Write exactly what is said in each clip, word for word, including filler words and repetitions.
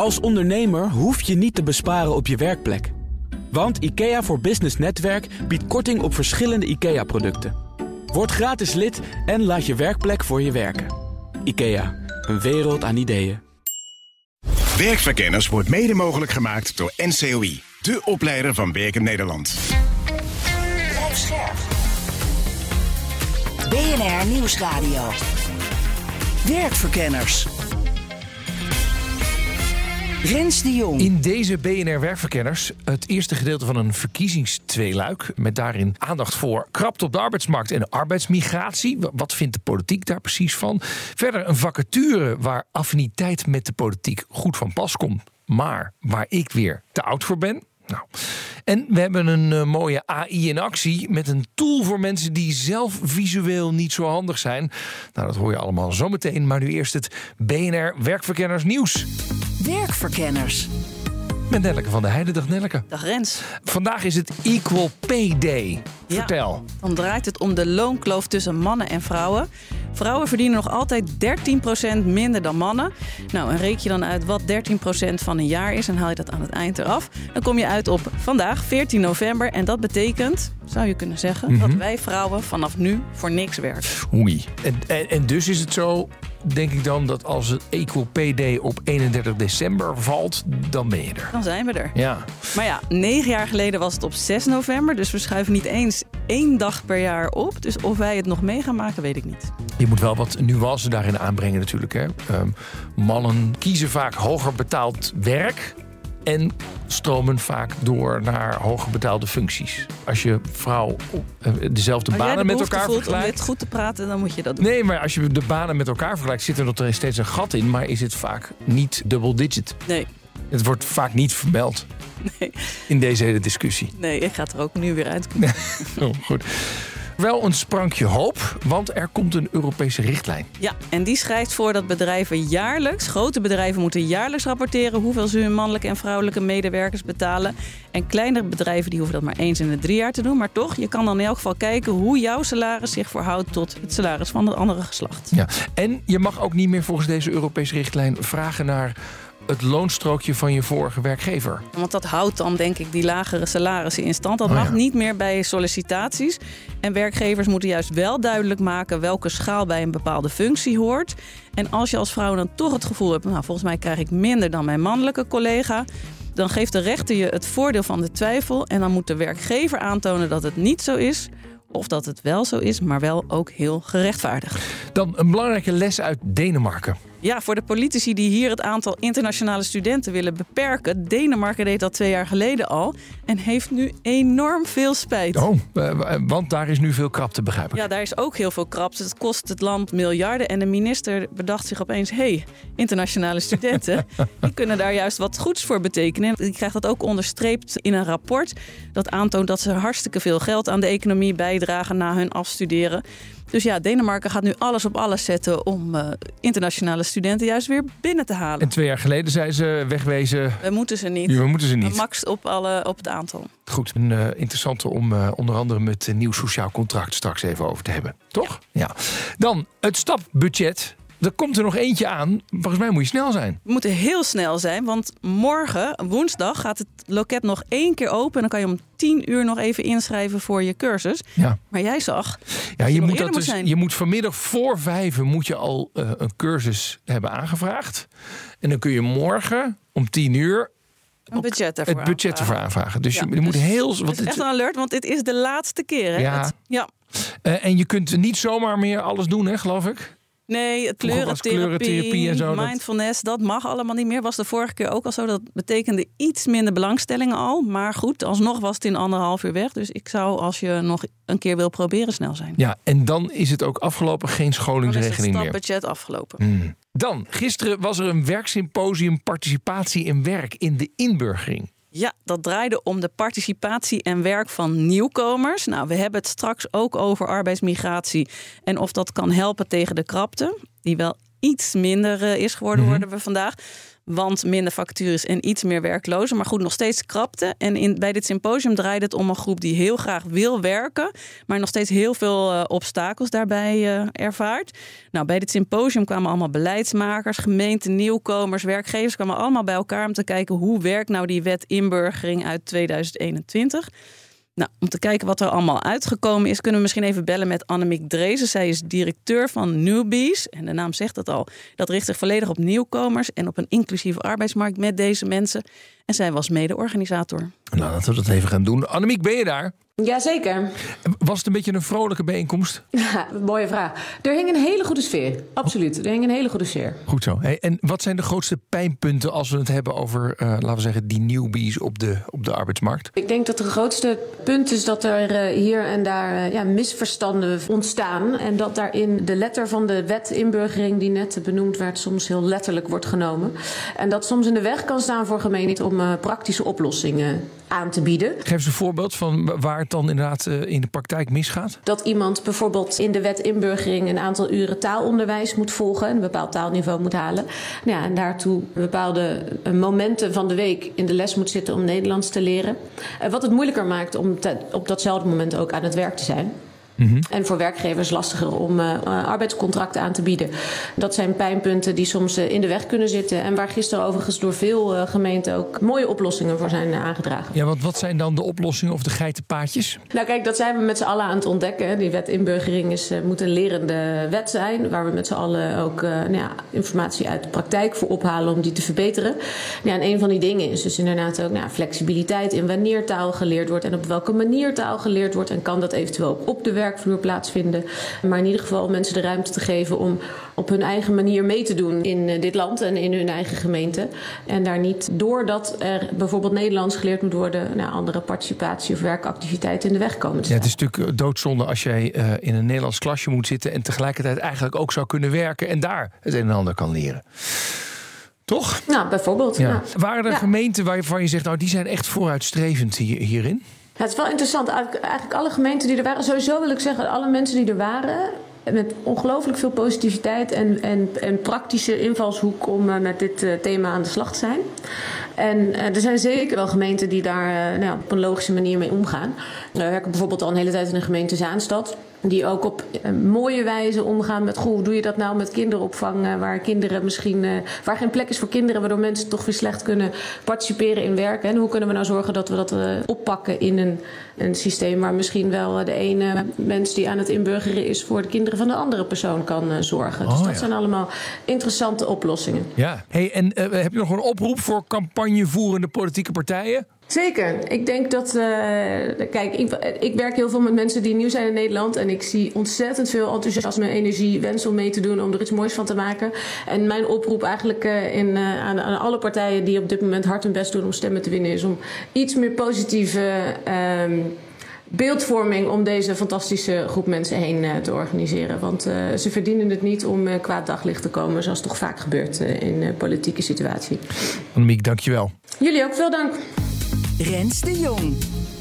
Als ondernemer hoef je niet te besparen op je werkplek. Want IKEA voor Business Netwerk biedt korting op verschillende IKEA-producten. Word gratis lid en laat je werkplek voor je werken. IKEA, een wereld aan ideeën. Werkverkenners wordt mede mogelijk gemaakt door N C O I, de opleider van Werken Nederland. Blijf scherp. B N R Nieuwsradio. Werkverkenners. Rens de Jong. In deze B N R Werkverkenners het eerste gedeelte van een verkiezingstweeluik. Met daarin aandacht voor krapte op de arbeidsmarkt en arbeidsmigratie. Wat vindt de politiek daar precies van? Verder een vacature waar affiniteit met de politiek goed van pas komt. Maar waar ik weer te oud voor ben. Nou. En we hebben een uh, mooie A I in actie met een tool voor mensen die zelf visueel niet zo handig zijn. Nou, dat hoor je allemaal zometeen. Maar nu eerst het B N R Werkverkenners nieuws. Werkverkenners. Met Nelleke van der Heijden. Dag Nelleke. Dag Rens. Vandaag is het Equal Pay Day. Vertel. Ja, dan draait het om de loonkloof tussen mannen en vrouwen. Vrouwen verdienen nog altijd dertien procent minder dan mannen. Nou, en reken je dan uit wat dertien procent van een jaar is en haal je dat aan het eind eraf, dan kom je uit op vandaag, veertien november. En dat betekent, zou je kunnen zeggen, mm-hmm. dat wij vrouwen vanaf nu voor niks werken. Oei. En, en, en dus is het zo, denk ik dan, dat als het Equal Pay Day op eenendertig december valt, dan ben je er. Dan zijn we er. Ja. Maar ja, negen jaar geleden was het op zes november. Dus we schuiven niet eens één dag per jaar op. Dus of wij het nog mee gaan maken, weet ik niet. Je moet wel wat nuance daarin aanbrengen natuurlijk. Hè? Um, mannen kiezen vaak hoger betaald werk en stromen vaak door naar hoger betaalde functies. Als je vrouw uh, dezelfde als banen de met elkaar voelt vergelijkt. Om dit goed te praten, dan moet je dat doen. Nee, maar als je de banen met elkaar vergelijkt, zit er nog steeds een gat in, maar is het vaak niet double digit. Nee. Het wordt vaak niet vermeld. Nee. In deze hele discussie. Nee, ik ga het er ook nu weer uitkomen. Oh, goed. Wel een sprankje hoop, want er komt een Europese richtlijn. Ja, en die schrijft voor dat bedrijven jaarlijks, grote bedrijven moeten jaarlijks rapporteren hoeveel ze hun mannelijke en vrouwelijke medewerkers betalen. En kleinere bedrijven die hoeven dat maar eens in de drie jaar te doen. Maar toch, je kan dan in elk geval kijken hoe jouw salaris zich verhoudt tot het salaris van het andere geslacht. Ja, en je mag ook niet meer volgens deze Europese richtlijn vragen naar het loonstrookje van je vorige werkgever. Want dat houdt dan, denk ik, die lagere salarissen in stand. Dat oh, mag ja. niet meer bij sollicitaties. En werkgevers moeten juist wel duidelijk maken welke schaal bij een bepaalde functie hoort. En als je als vrouw dan toch het gevoel hebt, nou, volgens mij krijg ik minder dan mijn mannelijke collega, dan geeft de rechter je het voordeel van de twijfel. En dan moet de werkgever aantonen dat het niet zo is. Of dat het wel zo is, maar wel ook heel gerechtvaardigd. Dan een belangrijke les uit Denemarken. Ja, voor de politici die hier het aantal internationale studenten willen beperken. Denemarken deed dat twee jaar geleden al en heeft nu enorm veel spijt. Oh, want daar is nu veel krapte, begrijp ik. Ja, daar is ook heel veel krapte. Het kost het land miljarden. En de minister bedacht zich opeens, hé, hey, internationale studenten, die kunnen daar juist wat goeds voor betekenen. Die krijgt dat ook onderstreept in een rapport dat aantoont dat ze hartstikke veel geld aan de economie bijdragen na hun afstuderen. Dus ja, Denemarken gaat nu alles op alles zetten om uh, internationale studenten juist weer binnen te halen. En twee jaar geleden zei ze wegwezen. We moeten ze niet. Ja, we moeten ze niet. Max op, alle, op het aantal. Goed, een uh, interessante om uh, onder andere met een nieuw sociaal contract straks even over te hebben. Toch? Ja. ja. Dan het stapbudget. Er komt er nog eentje aan. Volgens mij moet je snel zijn. We moeten heel snel zijn, want morgen, woensdag, gaat het loket nog één keer open. En dan kan je om tien uur nog even inschrijven voor je cursus. Ja. Maar jij zag, ja, je, je, moet dat moet dus, zijn. je moet vanmiddag voor vijven moet je al uh, een cursus hebben aangevraagd. En dan kun je morgen om tien uur een budget ervoor het budget ervoor aanvragen. Dus ja, je, je moet dus heel. Het is echt een alert, want dit is de laatste keer. Hè? Ja. Het, ja. Uh, en je kunt niet zomaar meer alles doen, hè, geloof ik. Nee, het kleurentherapie, kleurentherapie en zo, mindfulness, dat... dat mag allemaal niet meer. Was de vorige keer ook al zo. Dat betekende iets minder belangstellingen al. Maar goed, alsnog was het in anderhalf uur weg. Dus ik zou, als je nog een keer wil proberen, snel zijn. Ja, en dan is het ook afgelopen. Geen scholingsregeling meer. Dan is het stapbudget afgelopen. Hmm. Dan, gisteren was er een werksymposium participatie en werk in de inburgering. Ja, dat draaide om de participatie en werk van nieuwkomers. Nou, we hebben het straks ook over arbeidsmigratie en of dat kan helpen tegen de krapte, die wel iets minder uh, is geworden, Mm-hmm. worden we vandaag. Want minder vacatures en iets meer werklozen. Maar goed, nog steeds krapte. En in, bij dit symposium draaide het om een groep die heel graag wil werken. Maar nog steeds heel veel uh, obstakels daarbij uh, ervaart. Nou, bij dit symposium kwamen allemaal beleidsmakers, gemeenten, nieuwkomers, werkgevers. Kwamen allemaal bij elkaar om te kijken hoe werkt nou die wet inburgering uit tweeduizend eenentwintig. Nou, om te kijken wat er allemaal uitgekomen is, kunnen we misschien even bellen met Annemiek Dreesen. Zij is directeur van Newbies. En de naam zegt het al. Dat richt zich volledig op nieuwkomers en op een inclusieve arbeidsmarkt met deze mensen. En zij was mede-organisator. Nou, laten we dat even gaan doen. Annemiek, ben je daar? Jazeker. Was het een beetje een vrolijke bijeenkomst? Ja, mooie vraag. Er hing een hele goede sfeer. Absoluut. Er hing een hele goede sfeer. Goed zo. Hey, en wat zijn de grootste pijnpunten als we het hebben over, uh, laten we zeggen, die newbies op de, op de arbeidsmarkt? Ik denk dat het grootste punt is dat er uh, hier en daar uh, ja, misverstanden ontstaan. En dat daarin de letter van de wet inburgering die net benoemd werd soms heel letterlijk wordt genomen. En dat soms in de weg kan staan voor gemeenten om uh, praktische oplossingen aan te bieden. Geef eens een voorbeeld van waar het dan inderdaad uh, in de praktijk misgaat. Dat iemand bijvoorbeeld in de wet inburgering een aantal uren taalonderwijs moet volgen, een bepaald taalniveau moet halen. Nou ja, en daartoe bepaalde momenten van de week in de les moet zitten om Nederlands te leren. Wat het moeilijker maakt om te, op datzelfde moment ook aan het werk te zijn. Mm-hmm. En voor werkgevers lastiger om uh, arbeidscontracten aan te bieden. Dat zijn pijnpunten die soms uh, in de weg kunnen zitten. En waar gisteren overigens door veel uh, gemeenten ook mooie oplossingen voor zijn uh, aangedragen. Ja, want wat zijn dan de oplossingen of de geitenpaadjes? Nou kijk, dat zijn we met z'n allen aan het ontdekken. Die wet inburgering is, uh, moet een lerende wet zijn. Waar we met z'n allen ook uh, nou ja, informatie uit de praktijk voor ophalen om die te verbeteren. Ja, en een van die dingen is dus inderdaad ook nou, flexibiliteit in wanneer taal geleerd wordt. En op welke manier taal geleerd wordt. En kan dat eventueel ook op de werk vloer plaatsvinden. Maar in ieder geval mensen de ruimte te geven om op hun eigen manier mee te doen in dit land en in hun eigen gemeente. En daar niet doordat er bijvoorbeeld Nederlands geleerd moet worden, nou, andere participatie of werkactiviteiten in de weg komen te staan. Ja, het is natuurlijk doodzonde als jij uh, in een Nederlands klasje moet zitten en tegelijkertijd eigenlijk ook zou kunnen werken en daar het een en ander kan leren. Toch? Nou, bijvoorbeeld. Ja. Ja. Waren er ja. gemeenten waarvan je zegt, nou die zijn echt vooruitstrevend hier, hierin? Ja, het is wel interessant. Eigenlijk alle gemeenten die er waren, sowieso wil ik zeggen, alle mensen die er waren, met ongelooflijk veel positiviteit en, en, en praktische invalshoek om uh, met dit uh, thema aan de slag te zijn. En uh, er zijn zeker wel gemeenten die daar uh, nou, op een logische manier mee omgaan. We werken bijvoorbeeld al een hele tijd in de gemeente Zaanstad, die ook op uh, mooie wijze omgaan met, goh, hoe doe je dat nou met kinderopvang, uh, waar kinderen misschien, uh, waar geen plek is voor kinderen, waardoor mensen toch weer slecht kunnen participeren in werken. En hoe kunnen we nou zorgen dat we dat uh, oppakken in een, een systeem waar misschien wel uh, de ene mens die aan het inburgeren is voor de kinderen van de andere persoon kan uh, zorgen. Oh, dus dat ja. zijn allemaal interessante oplossingen. Ja. Hey, en uh, heb je nog een oproep voor campagnevoerende politieke partijen? Zeker. Ik denk dat... Uh, kijk, ik, ik werk heel veel met mensen die nieuw zijn in Nederland. En ik zie ontzettend veel enthousiasme, energie, wens om mee te doen, om er iets moois van te maken. En mijn oproep eigenlijk uh, in, uh, aan, aan alle partijen die op dit moment hard hun best doen om stemmen te winnen, is om iets meer positieve uh, beeldvorming om deze fantastische groep mensen heen uh, te organiseren. Want uh, ze verdienen het niet om uh, kwaad daglicht te komen, zoals toch vaak gebeurt uh, in uh, politieke situatie. Annemiek, dankjewel. Jullie ook, veel dank. Rens de Jong.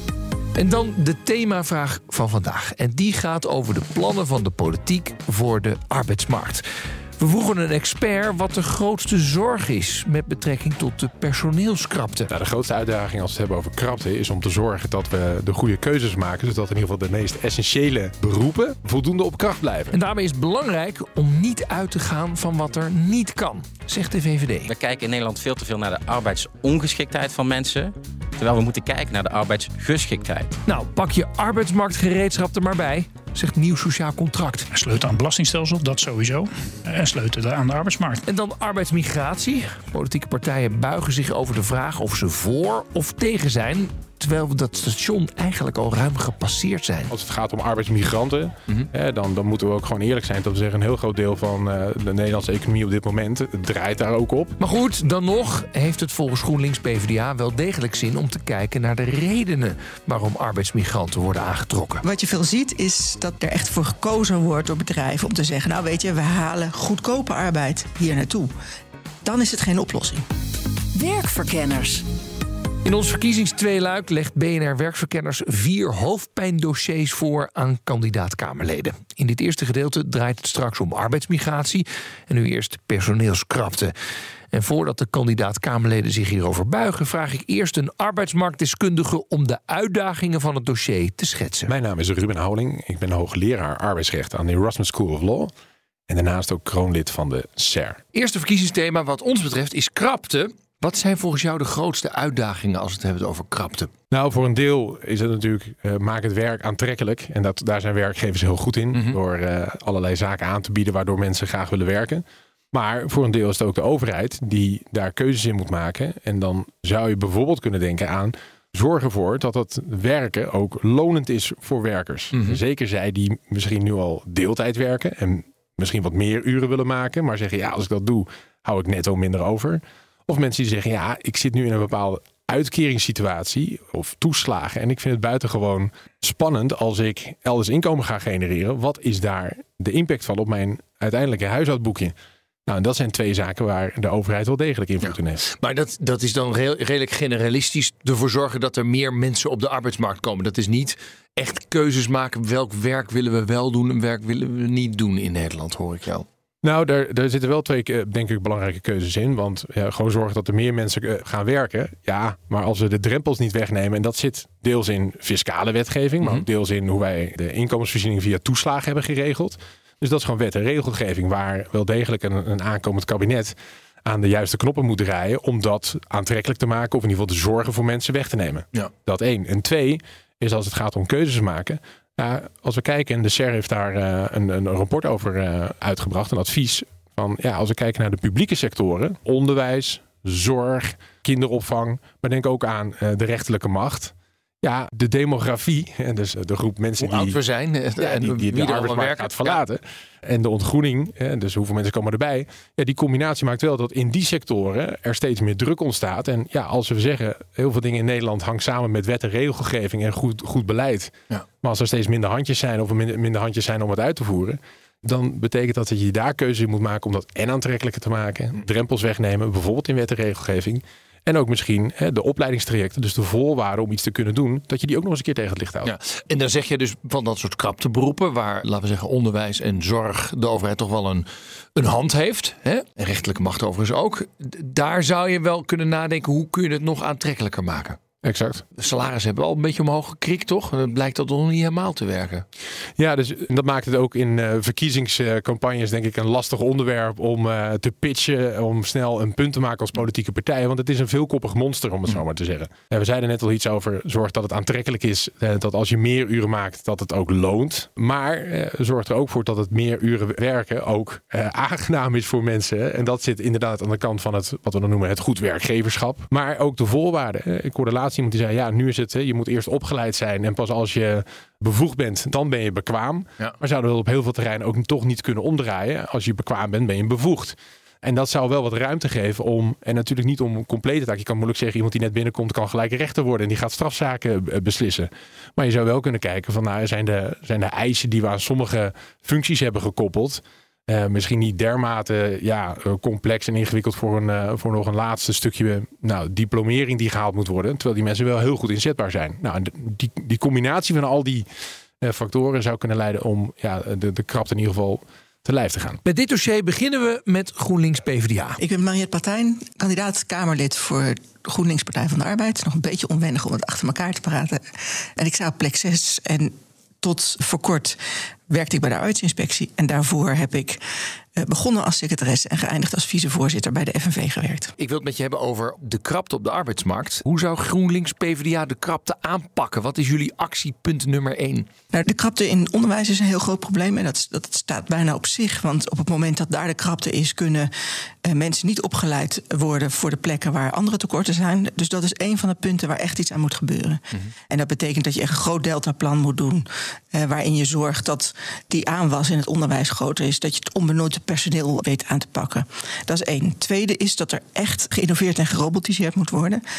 En dan de themavraag van vandaag. En die gaat over de plannen van de politiek voor de arbeidsmarkt. We vroegen een expert wat de grootste zorg is met betrekking tot de personeelskrapte. Nou, de grootste uitdaging als we het hebben over krapte is om te zorgen dat we de goede keuzes maken, zodat in ieder geval de meest essentiële beroepen voldoende op kracht blijven. En daarmee is het belangrijk om niet uit te gaan van wat er niet kan, zegt de V V D. We kijken in Nederland veel te veel naar de arbeidsongeschiktheid van mensen, terwijl we moeten kijken naar de arbeidsgeschiktheid. Nou, pak je arbeidsmarktgereedschap er maar bij, zegt Nieuw Sociaal Contract. Sleutelen aan het belastingstelsel, dat sowieso. En sleutelen aan de arbeidsmarkt. En dan arbeidsmigratie. Politieke partijen buigen zich over de vraag of ze voor of tegen zijn, terwijl we dat station eigenlijk al ruim gepasseerd zijn. Als het gaat om arbeidsmigranten, mm-hmm. hè, dan, dan moeten we ook gewoon eerlijk zijn dat we zeggen een heel groot deel van uh, de Nederlandse economie op dit moment draait daar ook op. Maar goed, dan nog heeft het volgens GroenLinks P v d A wel degelijk zin om te kijken naar de redenen waarom arbeidsmigranten worden aangetrokken. Wat je veel ziet is dat er echt voor gekozen wordt door bedrijven om te zeggen, nou weet je, we halen goedkope arbeid hier naartoe. Dan is het geen oplossing. Werkverkenners. In ons verkiezingstweeluik legt B N R Werkverkenners vier hoofdpijndossiers voor aan kandidaat-Kamerleden. In dit eerste gedeelte draait het straks om arbeidsmigratie en nu eerst personeelskrapte. En voordat de kandidaat-Kamerleden zich hierover buigen, vraag ik eerst een arbeidsmarktdeskundige om de uitdagingen van het dossier te schetsen. Mijn naam is Ruben Houweling. Ik ben hoogleraar arbeidsrecht aan de Erasmus School of Law. En daarnaast ook kroonlid van de S E R. Eerste verkiezingsthema wat ons betreft is krapte. Wat zijn volgens jou de grootste uitdagingen als we het hebben over krapte? Nou, voor een deel is het natuurlijk, uh, maak het werk aantrekkelijk. En dat, daar zijn werkgevers heel goed in. Mm-hmm. Door uh, allerlei zaken aan te bieden waardoor mensen graag willen werken. Maar voor een deel is het ook de overheid die daar keuzes in moet maken. En dan zou je bijvoorbeeld kunnen denken aan zorg ervoor dat het werken ook lonend is voor werkers. Mm-hmm. Zeker zij die misschien nu al deeltijd werken en misschien wat meer uren willen maken. Maar zeggen, ja, als ik dat doe, hou ik netto minder over. Of mensen die zeggen, ja, ik zit nu in een bepaalde uitkeringssituatie of toeslagen. En ik vind het buitengewoon spannend als ik elders inkomen ga genereren. Wat is daar de impact van op mijn uiteindelijke huishoudboekje? Nou, en dat zijn twee zaken waar de overheid wel degelijk invloed in heeft. Maar dat, dat is dan re- redelijk generalistisch ervoor zorgen dat er meer mensen op de arbeidsmarkt komen. Dat is niet echt keuzes maken. Welk werk willen we wel doen en werk willen we niet doen in Nederland, hoor ik jou. Nou, daar, daar zitten wel twee, denk ik, belangrijke keuzes in. Want ja, gewoon zorgen dat er meer mensen gaan werken. Ja, maar als we de drempels niet wegnemen, en dat zit deels in fiscale wetgeving, mm-hmm. maar ook deels in hoe wij de inkomensvoorziening via toeslagen hebben geregeld. Dus dat is gewoon wet en regelgeving waar wel degelijk een, een aankomend kabinet aan de juiste knoppen moet draaien om dat aantrekkelijk te maken of in ieder geval de zorgen voor mensen weg te nemen. Ja. Dat één. En twee is als het gaat om keuzes maken. Ja, als we kijken, en de S E R heeft daar uh, een, een rapport over uh, uitgebracht, een advies van, ja, als we kijken naar de publieke sectoren, onderwijs, zorg, kinderopvang, maar denk ook aan uh, de rechterlijke macht. Ja, de demografie, en dus de groep mensen Hoe die, oud we zijn, ja, die, die, die de arbeidsmarkt gaat verlaten. Ja. En de ontgroening, en dus hoeveel mensen komen erbij. Ja, die combinatie maakt wel dat in die sectoren er steeds meer druk ontstaat. En ja, als we zeggen, heel veel dingen in Nederland hangt samen met wet en regelgeving en goed, goed beleid. Ja. Maar als er steeds minder handjes zijn of er minder, minder handjes zijn om het uit te voeren, dan betekent dat dat je daar keuze in moet maken om dat en aantrekkelijker te maken. Drempels wegnemen, bijvoorbeeld in wet en regelgeving. En ook misschien hè, de opleidingstrajecten, dus de voorwaarden om iets te kunnen doen, dat je die ook nog eens een keer tegen het licht houdt. Ja. En dan zeg je dus van dat soort krapteberoepen, waar, laten we zeggen, onderwijs en zorg de overheid toch wel een, een hand heeft. Hè? En rechterlijke macht overigens ook. Daar zou je wel kunnen nadenken, hoe kun je het nog aantrekkelijker maken? Exact. De salarissen hebben al een beetje omhoog gekrikt, toch? Dan blijkt dat nog niet helemaal te werken. Ja, dus dat maakt het ook in uh, verkiezingscampagnes denk ik een lastig onderwerp om uh, te pitchen, om snel een punt te maken als politieke partij. Want het is een veelkoppig monster, om het zo maar te zeggen. Ja, we zeiden net al iets over, zorg dat het aantrekkelijk is, uh, dat als je meer uren maakt, dat het ook loont. Maar uh, zorg er ook voor dat het meer uren werken ook uh, aangenaam is voor mensen. En dat zit inderdaad aan de kant van het, wat we dan noemen, het goed werkgeverschap. Maar ook de voorwaarden. Ik hoorde laatst iemand die zei, ja, nu is het, je moet eerst opgeleid zijn en pas als je bevoegd bent, dan ben je bekwaam. Ja. Maar zouden we op heel veel terreinen ook toch niet kunnen omdraaien. Als je bekwaam bent, ben je bevoegd. En dat zou wel wat ruimte geven om, en natuurlijk niet om complete taak. Je kan moeilijk zeggen, iemand die net binnenkomt kan gelijk rechter worden en die gaat strafzaken beslissen. Maar je zou wel kunnen kijken van, nou, zijn de, zijn de eisen die we aan sommige functies hebben gekoppeld, Uh, misschien niet dermate ja, complex en ingewikkeld voor, een, uh, voor nog een laatste stukje nou, diplomering die gehaald moet worden. Terwijl die mensen wel heel goed inzetbaar zijn. Nou, die, die combinatie van al die uh, factoren zou kunnen leiden om ja, de, de krapte in ieder geval te lijf te gaan. Met dit dossier beginnen we met GroenLinks P v d A. Ik ben Mariette Partijn, kandidaat Kamerlid voor GroenLinks Partij van de Arbeid. Het is nog een beetje onwennig om het achter elkaar te praten. En ik sta op plek zes en tot voor kort werkte ik bij de arbeidsinspectie. En daarvoor heb ik uh, begonnen als secretaresse en geëindigd als vicevoorzitter bij de F N V gewerkt. Ik wil het met je hebben over de krapte op de arbeidsmarkt. Hoe zou GroenLinks P v d A de krapte aanpakken? Wat is jullie actiepunt nummer één? Nou, de krapte in onderwijs is een heel groot probleem. En dat, dat staat bijna op zich. Want op het moment dat daar de krapte is, kunnen uh, mensen niet opgeleid worden voor de plekken waar andere tekorten zijn. Dus dat is een van de punten waar echt iets aan moet gebeuren. Mm-hmm. En dat betekent dat je echt een groot deltaplan moet doen, Uh, waarin je zorgt dat die aanwas in het onderwijs groter is. Dat je het onbenodigde personeel weet aan te pakken. Dat is één. Tweede is dat er echt geïnnoveerd en gerobotiseerd moet worden.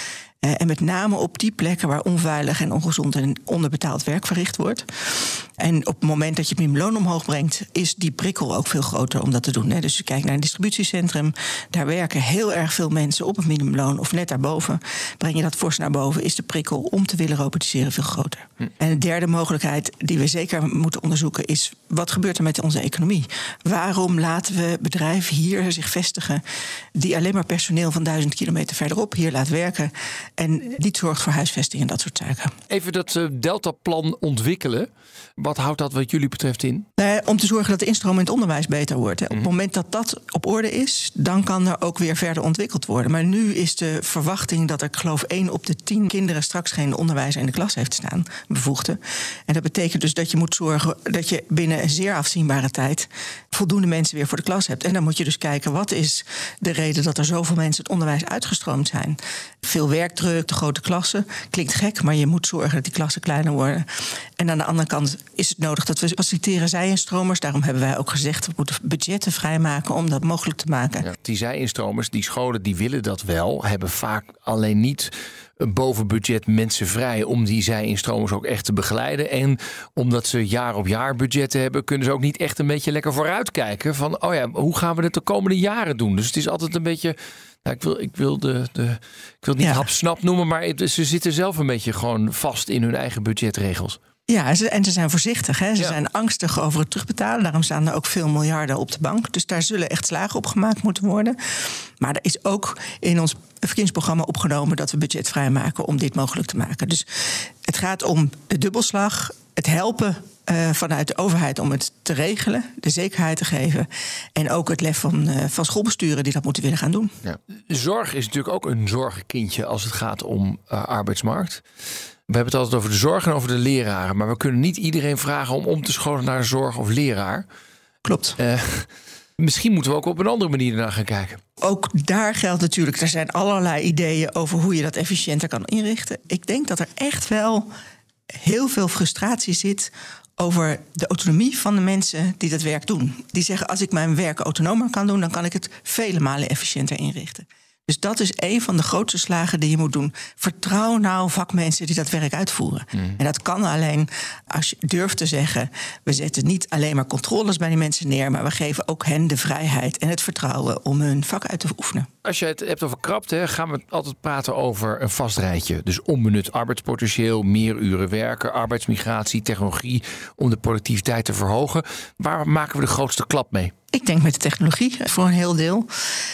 Uh, en met name op die plekken waar onveilig en ongezond en onderbetaald werk verricht wordt. En op het moment dat je het minimumloon omhoog brengt, is die prikkel ook veel groter om dat te doen. Hè. Dus je kijkt naar een distributiecentrum, daar werken heel erg veel mensen op het minimumloon of net daarboven. Breng je dat fors naar boven, is de prikkel om te willen robotiseren veel groter. Hm. En de derde mogelijkheid die we zeker moeten onderzoeken is, wat gebeurt er met onze economie? Waarom laten we bedrijven hier zich vestigen die alleen maar personeel van duizend kilometer verderop hier laat werken en niet zorgt voor huisvesting en dat soort zaken? Even dat uh, Deltaplan ontwikkelen. Wat houdt dat wat jullie betreft in? Uh, om te zorgen dat de instroom in het onderwijs beter wordt. Hè. Op het moment dat dat op orde is, dan kan er ook weer verder ontwikkeld worden. Maar nu is de verwachting dat er, ik geloof, één op de tien kinderen straks geen onderwijzer in de klas heeft staan, bevoegde. En dat betekent dus dat je moet zorgen dat je binnen een zeer afzienbare tijd voldoende mensen weer voor de klas hebt. En dan moet je dus kijken, wat is de reden dat er zoveel mensen het onderwijs uitgestroomd zijn? Veel werkdruk, de grote klassen. Klinkt gek, maar je moet zorgen dat die klassen kleiner worden. En aan de andere kant is het nodig dat we faciliteren zij-instromers. Daarom hebben wij ook gezegd, we moeten budgetten vrijmaken om dat mogelijk te maken. Ja, die zij-instromers, die scholen, die willen dat wel. Hebben vaak alleen niet boven budget mensen vrij om die zij-instromers ook echt te begeleiden. En omdat ze jaar op jaar budgetten hebben, kunnen ze ook niet echt een beetje lekker vooruitkijken van, oh ja, hoe gaan we het de komende jaren doen? Dus het is altijd een beetje, nou, ik wil, ik wil de, de ik wil het niet ja. hapsnap noemen, maar het, ze zitten zelf een beetje gewoon vast in hun eigen budgetregels. Ja, en ze zijn voorzichtig. Hè? Ze ja. zijn angstig over het terugbetalen. Daarom staan er ook veel miljarden op de bank. Dus daar zullen echt slagen op gemaakt moeten worden. Maar er is ook in ons verkiezingsprogramma opgenomen dat we budget vrijmaken om dit mogelijk te maken. Dus het gaat om de dubbelslag, het helpen uh, vanuit de overheid om het te regelen, de zekerheid te geven en ook het lef van, uh, van schoolbesturen die dat moeten willen gaan doen. Ja. Zorg is natuurlijk ook een zorgenkindje als het gaat om uh, arbeidsmarkt. We hebben het altijd over de zorg en over de leraren, maar we kunnen niet iedereen vragen om om te scholen naar zorg of leraar. Klopt. Uh, Misschien moeten we ook op een andere manier naar gaan kijken. Ook daar geldt natuurlijk, er zijn allerlei ideeën over hoe je dat efficiënter kan inrichten. Ik denk dat er echt wel heel veel frustratie zit over de autonomie van de mensen die dat werk doen. Die zeggen, als ik mijn werk autonomer kan doen, dan kan ik het vele malen efficiënter inrichten. Dus dat is een van de grootste slagen die je moet doen. Vertrouw nou vakmensen die dat werk uitvoeren. Mm. En dat kan alleen als je durft te zeggen, we zetten niet alleen maar controles bij die mensen neer, maar we geven ook hen de vrijheid en het vertrouwen om hun vak uit te oefenen. Als je het hebt over krapte, gaan we altijd praten over een vast rijtje. Dus onbenut arbeidspotentieel, meer uren werken, arbeidsmigratie, technologie om de productiviteit te verhogen. Waar maken we de grootste klap mee? Ik denk met de technologie voor een heel deel.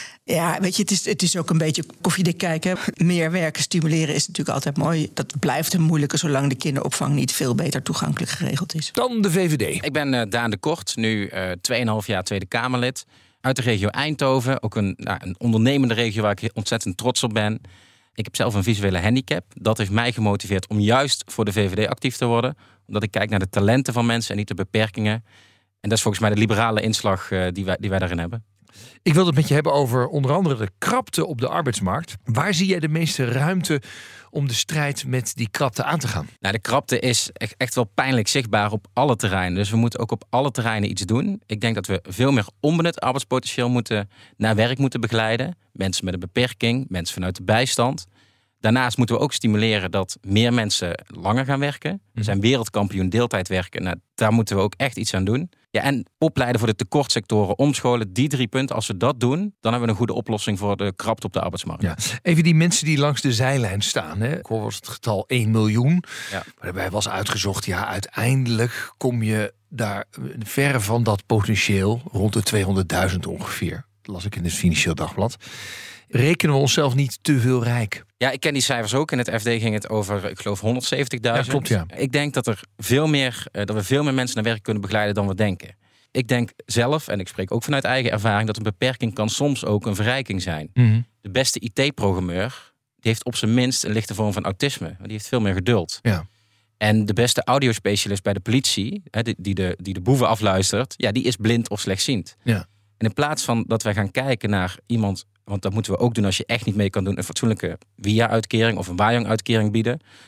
Ja, weet je, het is, het is ook een beetje koffiedik kijken. Meer werken stimuleren is natuurlijk altijd mooi. Dat blijft een moeilijke zolang de kinderopvang niet veel beter toegankelijk geregeld is. Dan de V V D. Ik ben uh, Daan de Kort, nu uh, twee en een half jaar Tweede Kamerlid. Uit de regio Eindhoven. Ook een, nou, een ondernemende regio waar ik ontzettend trots op ben. Ik heb zelf een visuele handicap. Dat heeft mij gemotiveerd om juist voor de V V D actief te worden. Omdat ik kijk naar de talenten van mensen en niet de beperkingen. En dat is volgens mij de liberale inslag uh, die, wij, die wij daarin hebben. Ik wil het met je hebben over onder andere de krapte op de arbeidsmarkt. Waar zie jij de meeste ruimte om de strijd met die krapte aan te gaan? Nou, de krapte is echt wel pijnlijk zichtbaar op alle terreinen. Dus we moeten ook op alle terreinen iets doen. Ik denk dat we veel meer onbenut arbeidspotentieel moeten naar werk moeten begeleiden. Mensen met een beperking, mensen vanuit de bijstand. Daarnaast moeten we ook stimuleren dat meer mensen langer gaan werken. We zijn wereldkampioen deeltijd werken. Nou, daar moeten we ook echt iets aan doen. Ja, en opleiden voor de tekortsectoren, omscholen. Die drie punten, als we dat doen, dan hebben we een goede oplossing voor de krapte op de arbeidsmarkt. Ja. Even die mensen die langs de zijlijn staan. Hè. Ik hoor was het getal één miljoen. Ja. Maar daarbij was uitgezocht, ja, uiteindelijk kom je daar verre van dat potentieel, rond de tweehonderdduizend ongeveer. Dat las ik in het Financieel Dagblad. Rekenen we onszelf niet te veel rijk? Ja, ik ken die cijfers ook. In het F D ging het over, ik geloof, honderdzeventigduizend. Ja, klopt, ja. Ik denk dat, er veel meer, dat we veel meer mensen naar werk kunnen begeleiden dan we denken. Ik denk zelf, en ik spreek ook vanuit eigen ervaring, dat een beperking kan soms ook een verrijking zijn. Mm-hmm. De beste I T-programmeur die heeft op zijn minst een lichte vorm van autisme. Die heeft veel meer geduld. Ja. En de beste audiospecialist bij de politie, die de, die de boeven afluistert, ja, die is blind of slechtziend. Ja. En in plaats van dat wij gaan kijken naar iemand, want dat moeten we ook doen als je echt niet mee kan doen, een fatsoenlijke W I A-uitkering of een Wajong-uitkering bieden,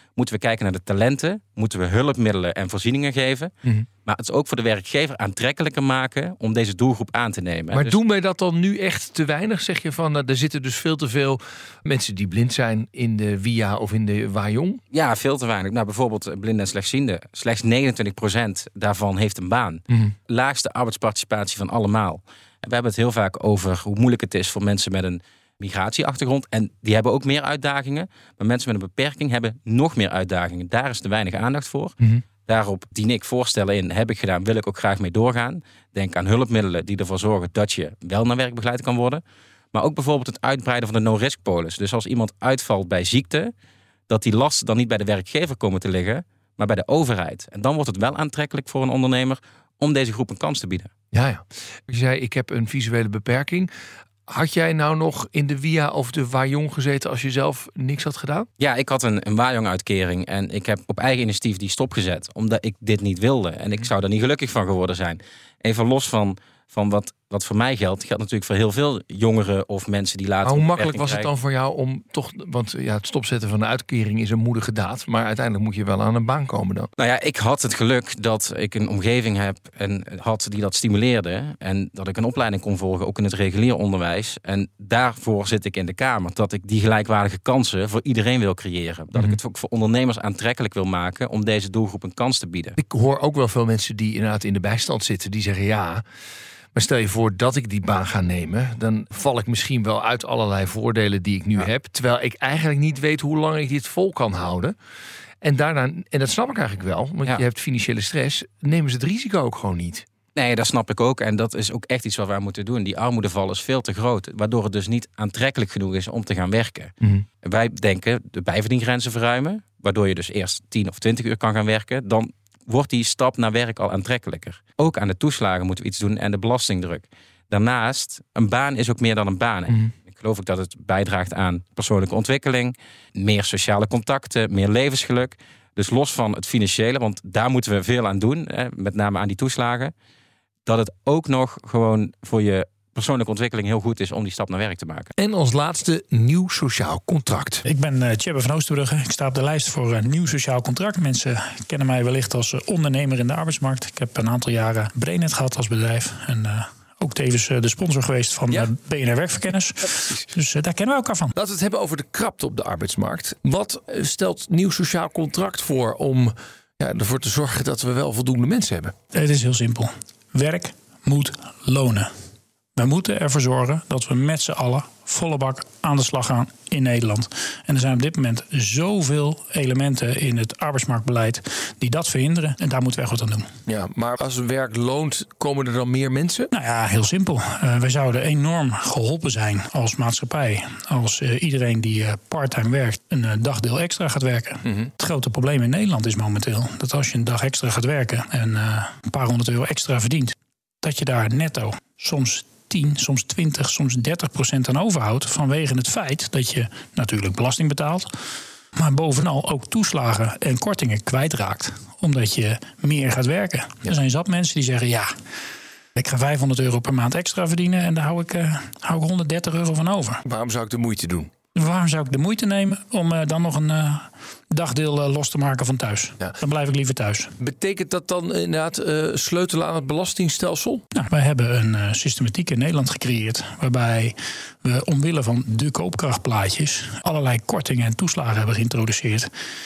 moeten we kijken naar de talenten. Moeten we hulpmiddelen en voorzieningen geven. Mm-hmm. Maar het is ook voor de werkgever aantrekkelijker maken om deze doelgroep aan te nemen. Maar dus... doen wij dat dan nu echt te weinig? Zeg je van, nou, er zitten dus veel te veel mensen die blind zijn in de W I A of in de Wajong? Ja, veel te weinig. Nou, bijvoorbeeld blinden en slechtzienden. Slechts negenentwintig procent daarvan heeft een baan. Mm-hmm. Laagste arbeidsparticipatie van allemaal. En we hebben het heel vaak over hoe moeilijk het is voor mensen met een migratieachtergrond. En die hebben ook meer uitdagingen. Maar mensen met een beperking hebben nog meer uitdagingen. Daar is te weinig aandacht voor. Mm-hmm. Daarop dien ik voorstellen in, heb ik gedaan, wil ik ook graag mee doorgaan. Denk aan hulpmiddelen die ervoor zorgen dat je wel naar werk begeleid kan worden. Maar ook bijvoorbeeld het uitbreiden van de no-risk polis. Dus als iemand uitvalt bij ziekte, dat die lasten dan niet bij de werkgever komen te liggen, maar bij de overheid. En dan wordt het wel aantrekkelijk voor een ondernemer om deze groep een kans te bieden. Ja, ja. Je zei, ik heb een visuele beperking. Had jij nou nog in de W I A of de Wajong gezeten als je zelf niks had gedaan? Ja, ik had een, een Wajong-uitkering en ik heb op eigen initiatief die stopgezet. Omdat ik dit niet wilde en ik zou er niet gelukkig van geworden zijn. Even los van, van wat, wat voor mij geldt, geldt natuurlijk voor heel veel jongeren of mensen die later... Maar hoe makkelijk was het dan voor jou om toch... Want ja, het stopzetten van de uitkering is een moedige daad, maar uiteindelijk moet je wel aan een baan komen dan. Nou ja, ik had het geluk dat ik een omgeving heb en had die dat stimuleerde en dat ik een opleiding kon volgen, ook in het regulier onderwijs. En daarvoor zit ik in de Kamer, dat ik die gelijkwaardige kansen voor iedereen wil creëren. Dat mm-hmm. ik het ook voor ondernemers aantrekkelijk wil maken om deze doelgroep een kans te bieden. Ik hoor ook wel veel mensen die inderdaad in de bijstand zitten, die zeggen ja... Maar stel je voor dat ik die baan ga nemen, dan val ik misschien wel uit allerlei voordelen die ik nu ja. heb. Terwijl ik eigenlijk niet weet hoe lang ik dit vol kan houden. En daarna, en dat snap ik eigenlijk wel, want ja. je hebt financiële stress, nemen ze het risico ook gewoon niet. Nee, dat snap ik ook. En dat is ook echt iets wat wij moeten doen. Die armoedeval is veel te groot, waardoor het dus niet aantrekkelijk genoeg is om te gaan werken. Mm-hmm. Wij denken de bijverdiengrenzen verruimen, waardoor je dus eerst tien of twintig uur kan gaan werken. Dan wordt die stap naar werk al aantrekkelijker. Ook aan de toeslagen moeten we iets doen en de belastingdruk. Daarnaast, een baan is ook meer dan een baan. Mm-hmm. Ik geloof ook dat het bijdraagt aan persoonlijke ontwikkeling, meer sociale contacten, meer levensgeluk. Dus los van het financiële, want daar moeten we veel aan doen, hè, met name aan die toeslagen, dat het ook nog gewoon voor je persoonlijke ontwikkeling heel goed is om die stap naar werk te maken. En als laatste, nieuw sociaal contract. Ik ben uh, Tjebbe van Oosterbrugge. Ik sta op de lijst voor een nieuw sociaal contract. Mensen kennen mij wellicht als uh, ondernemer in de arbeidsmarkt. Ik heb een aantal jaren Brainet gehad als bedrijf. En uh, ook tevens uh, de sponsor geweest van ja. uh, B N R Werkverkenners. Ja, dus uh, daar kennen we elkaar van. Laten we het hebben over de krapte op de arbeidsmarkt. Wat stelt nieuw sociaal contract voor om ja, ervoor te zorgen dat we wel voldoende mensen hebben? Het is heel simpel. Werk moet lonen. We moeten ervoor zorgen dat we met z'n allen volle bak aan de slag gaan in Nederland. En er zijn op dit moment zoveel elementen in het arbeidsmarktbeleid die dat verhinderen. En daar moeten we echt wat aan doen. Ja, maar als werk loont, komen er dan meer mensen? Nou ja, heel simpel. Uh, wij zouden enorm geholpen zijn als maatschappij als uh, iedereen die uh, parttime werkt een uh, dagdeel extra gaat werken. Mm-hmm. Het grote probleem in Nederland is momenteel dat als je een dag extra gaat werken en uh, een paar honderd euro extra verdient, dat je daar netto soms tien, soms twintig, soms dertig procent aan overhoudt vanwege het feit dat je natuurlijk belasting betaalt, maar bovenal ook toeslagen en kortingen kwijtraakt, omdat je meer gaat werken. Ja. Er zijn zat mensen die zeggen, ja, ik ga vijfhonderd euro per maand extra verdienen en daar hou ik, uh, hou ik honderddertig euro van over. Waarom zou ik de moeite doen? Waarom zou ik de moeite nemen om uh, dan nog een uh, dagdeel uh, los te maken van thuis? Ja. Dan blijf ik liever thuis. Betekent dat dan inderdaad uh, sleutelen aan het belastingstelsel? Nou, wij hebben een uh, systematiek in Nederland gecreëerd waarbij we omwille van de koopkrachtplaatjes allerlei kortingen en toeslagen hebben geïntroduceerd.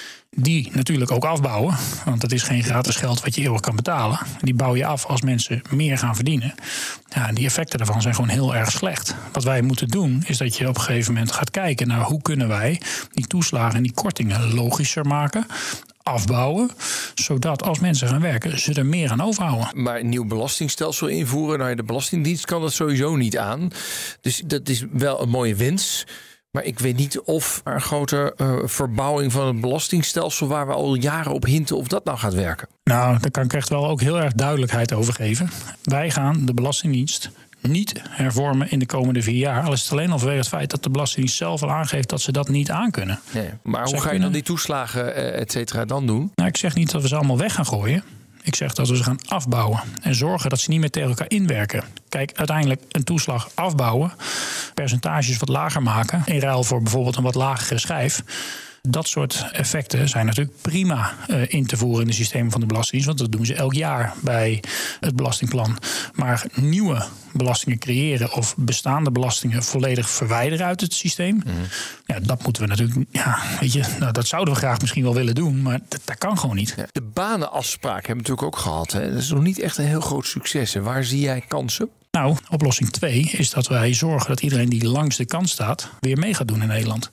Die natuurlijk ook afbouwen, want het is geen gratis geld wat je eeuwig kan betalen. Die bouw je af als mensen meer gaan verdienen. Ja, en die effecten daarvan zijn gewoon heel erg slecht. Wat wij moeten doen is dat je op een gegeven moment gaat kijken naar hoe kunnen wij die toeslagen en die kortingen logischer maken, afbouwen, zodat als mensen gaan werken, ze er meer aan overhouden. Maar een nieuw belastingstelsel invoeren, nou, de Belastingdienst kan dat sowieso niet aan. Dus dat is wel een mooie wens. Maar ik weet niet of er een grote uh, verbouwing van het belastingstelsel, waar we al jaren op hinten, of dat nou gaat werken. Nou, daar kan ik echt wel ook heel erg duidelijkheid over geven. Wij gaan de Belastingdienst niet hervormen in de komende vier jaar. Al is het alleen al vanwege het feit dat de Belastingdienst zelf al aangeeft dat ze dat niet aankunnen. Nee, maar hoe ga je dan die toeslagen, et cetera, dan doen? Nou, ik zeg niet dat we ze allemaal weg gaan gooien. Ik zeg dat we ze gaan afbouwen en zorgen dat ze niet meer tegen elkaar inwerken. Kijk, uiteindelijk een toeslag afbouwen, percentages wat lager maken, in ruil voor bijvoorbeeld een wat lagere schijf. Dat soort effecten zijn natuurlijk prima uh, in te voeren in de systemen van de Belastingdienst. Want dat doen ze elk jaar bij het belastingplan. Maar nieuwe belastingen creëren of bestaande belastingen volledig verwijderen uit het systeem. Mm. Ja, dat moeten we natuurlijk. Ja, weet je, nou, dat zouden we graag misschien wel willen doen, maar dat, dat kan gewoon niet. Ja, de banenafspraak hebben we natuurlijk ook gehad. Hè? Dat is nog niet echt een heel groot succes. En waar zie jij kansen? Nou, oplossing twee is dat wij zorgen dat iedereen die langs de kant staat weer mee gaat doen in Nederland.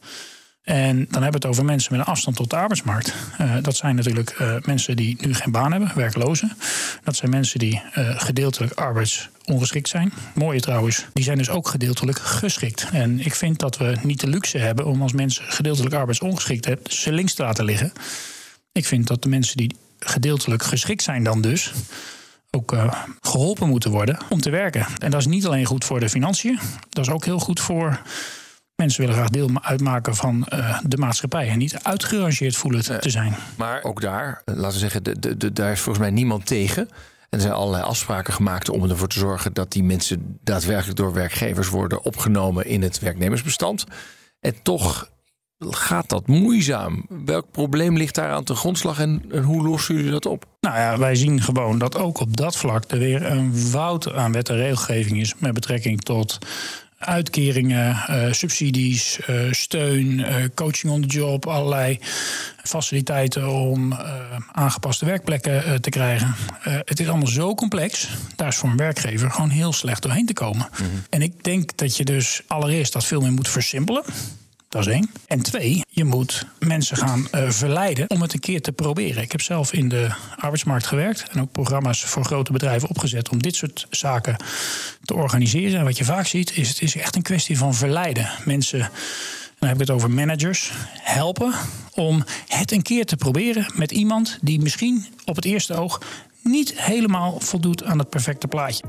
En dan hebben we het over mensen met een afstand tot de arbeidsmarkt. Uh, dat zijn natuurlijk uh, mensen die nu geen baan hebben, werklozen. Dat zijn mensen die uh, gedeeltelijk arbeidsongeschikt zijn. Mooie trouwens, die zijn dus ook gedeeltelijk geschikt. En ik vind dat we niet de luxe hebben om als mensen gedeeltelijk arbeidsongeschikt hebben, ze links te laten liggen. Ik vind dat de mensen die gedeeltelijk geschikt zijn dan dus ook uh, geholpen moeten worden om te werken. En dat is niet alleen goed voor de financiën, dat is ook heel goed voor mensen willen graag deel uitmaken van uh, de maatschappij en niet uitgerangeerd voelen te, te zijn. Maar ook daar, laten we zeggen, de, de, de, daar is volgens mij niemand tegen. En er zijn allerlei afspraken gemaakt om ervoor te zorgen dat die mensen daadwerkelijk door werkgevers worden opgenomen in het werknemersbestand. En toch gaat dat moeizaam. Welk probleem ligt daar aan ten grondslag en, en hoe lossen jullie dat op? Nou ja, wij zien gewoon dat ook op dat vlak er weer een woud aan wet en regelgeving is met betrekking tot uitkeringen, uh, subsidies, uh, steun, uh, coaching on the job, allerlei faciliteiten om uh, aangepaste werkplekken uh, te krijgen. Uh, het is allemaal zo complex, daar is voor een werkgever gewoon heel slecht doorheen te komen. Mm-hmm. En ik denk dat je dus allereerst dat veel meer moet versimpelen. Dat is één. En twee, je moet mensen gaan uh, verleiden om het een keer te proberen. Ik heb zelf in de arbeidsmarkt gewerkt en ook programma's voor grote bedrijven opgezet om dit soort zaken te organiseren. En wat je vaak ziet, is het is echt een kwestie van verleiden. Mensen, dan heb ik het over managers, helpen om het een keer te proberen met iemand die misschien op het eerste oog niet helemaal voldoet aan het perfecte plaatje.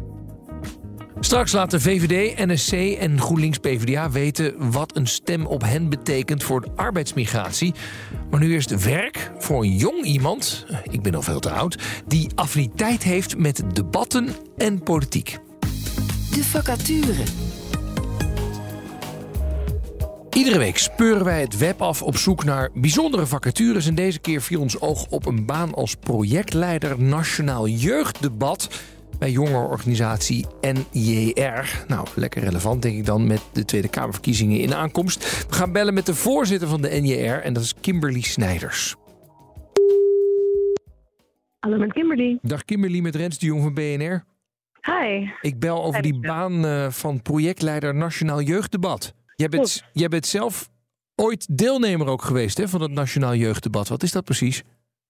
Straks laten V V D, N S C en GroenLinks P v d A weten wat een stem op hen betekent voor de arbeidsmigratie. Maar nu eerst werk voor een jong iemand, ik ben al veel te oud, die affiniteit heeft met debatten en politiek. De vacature. Iedere week speuren wij het web af op zoek naar bijzondere vacatures. En deze keer viel ons oog op een baan als projectleider Nationaal Jeugddebat bij jongerenorganisatie N J R. Nou, lekker relevant denk ik dan met de Tweede Kamerverkiezingen in aankomst. We gaan bellen met de voorzitter van de N J R en dat is Kimberly Snijders. Hallo met Kimberly. Dag Kimberly, met Rens de Jong van B N R. Hi. Ik bel over die baan uh, van projectleider Nationaal Jeugddebat. Jij bent, jij bent zelf ooit deelnemer ook geweest hè, van het Nationaal Jeugddebat. Wat is dat precies?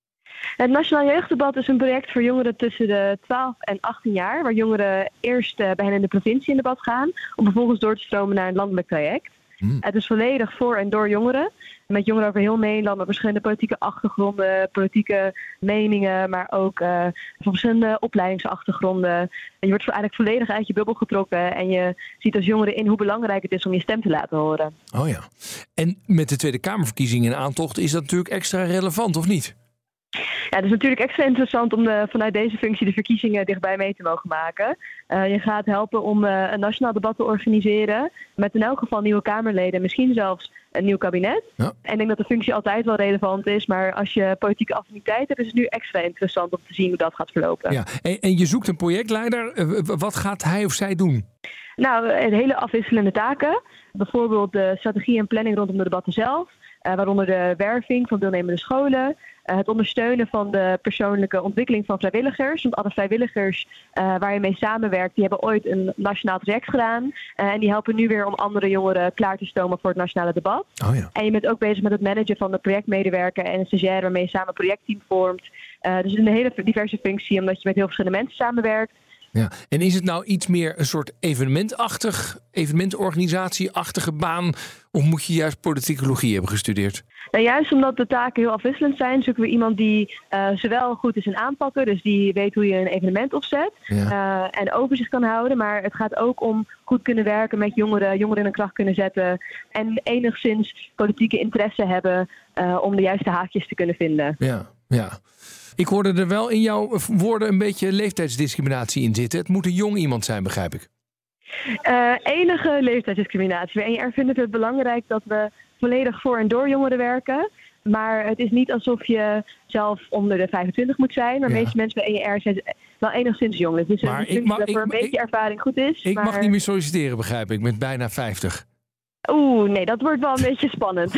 Het Nationaal Jeugddebat is een project voor jongeren tussen de twaalf en achttien jaar. Waar jongeren eerst uh, bij hen in de provincie in debat gaan. Om vervolgens door te stromen naar een landelijk traject. Hmm. Het is volledig voor en door jongeren. Met jongeren over heel Nederland. Met verschillende politieke achtergronden. Politieke meningen. Maar ook uh, van verschillende opleidingsachtergronden. En je wordt eigenlijk volledig uit je bubbel getrokken. En je ziet als jongere in hoe belangrijk het is om je stem te laten horen. Oh ja. En met de Tweede Kamerverkiezingen in aantocht is dat natuurlijk extra relevant, of niet? Ja, het is natuurlijk extra interessant om de, vanuit deze functie de verkiezingen dichtbij mee te mogen maken. Uh, je gaat helpen om uh, een nationaal debat te organiseren. Met in elk geval nieuwe Kamerleden, misschien zelfs een nieuw kabinet. Ja. En ik denk dat de functie altijd wel relevant is. Maar als je politieke affiniteit hebt, is het nu extra interessant om te zien hoe dat gaat verlopen. Ja. En, en je zoekt een projectleider. Uh, wat gaat hij of zij doen? Nou, een hele afwisselende taken. Bijvoorbeeld de strategie en planning rondom de debatten zelf. Uh, waaronder de werving van deelnemende scholen. Uh, het ondersteunen van de persoonlijke ontwikkeling van vrijwilligers. Want alle vrijwilligers uh, waar je mee samenwerkt, die hebben ooit een nationaal traject gedaan. Uh, en die helpen nu weer om andere jongeren klaar te stomen voor het nationale debat. Oh ja. En je bent ook bezig met het managen van de projectmedewerker en een stagiair waarmee je samen een projectteam vormt. Uh, dus het is een hele diverse functie, omdat je met heel verschillende mensen samenwerkt. Ja. En is het nou iets meer een soort evenementachtig, evenementorganisatieachtige baan? Of moet je juist politicologie hebben gestudeerd? Nou, juist omdat de taken heel afwisselend zijn, zoeken we iemand die uh, zowel goed is in aanpakken, dus die weet hoe je een evenement opzet, ja. uh, en overzicht kan houden. Maar het gaat ook om goed kunnen werken met jongeren, jongeren in een kracht kunnen zetten en enigszins politieke interesse hebben uh, om de juiste haakjes te kunnen vinden. Ja, ja. Ik hoorde er wel in jouw woorden een beetje leeftijdsdiscriminatie in zitten. Het moet een jong iemand zijn, begrijp ik. Uh, enige leeftijdsdiscriminatie. Bij N J R vinden we het belangrijk dat we volledig voor en door jongeren werken. Maar het is niet alsof je zelf onder de vijfentwintig moet zijn. Maar de ja. meeste mensen bij E J R zijn wel enigszins jong. Dus maar het ik mag, dat ik, voor een beetje ik, ervaring goed is. Ik maar... mag niet meer solliciteren, begrijp ik, met bijna vijftig. Oeh, nee, dat wordt wel een beetje spannend.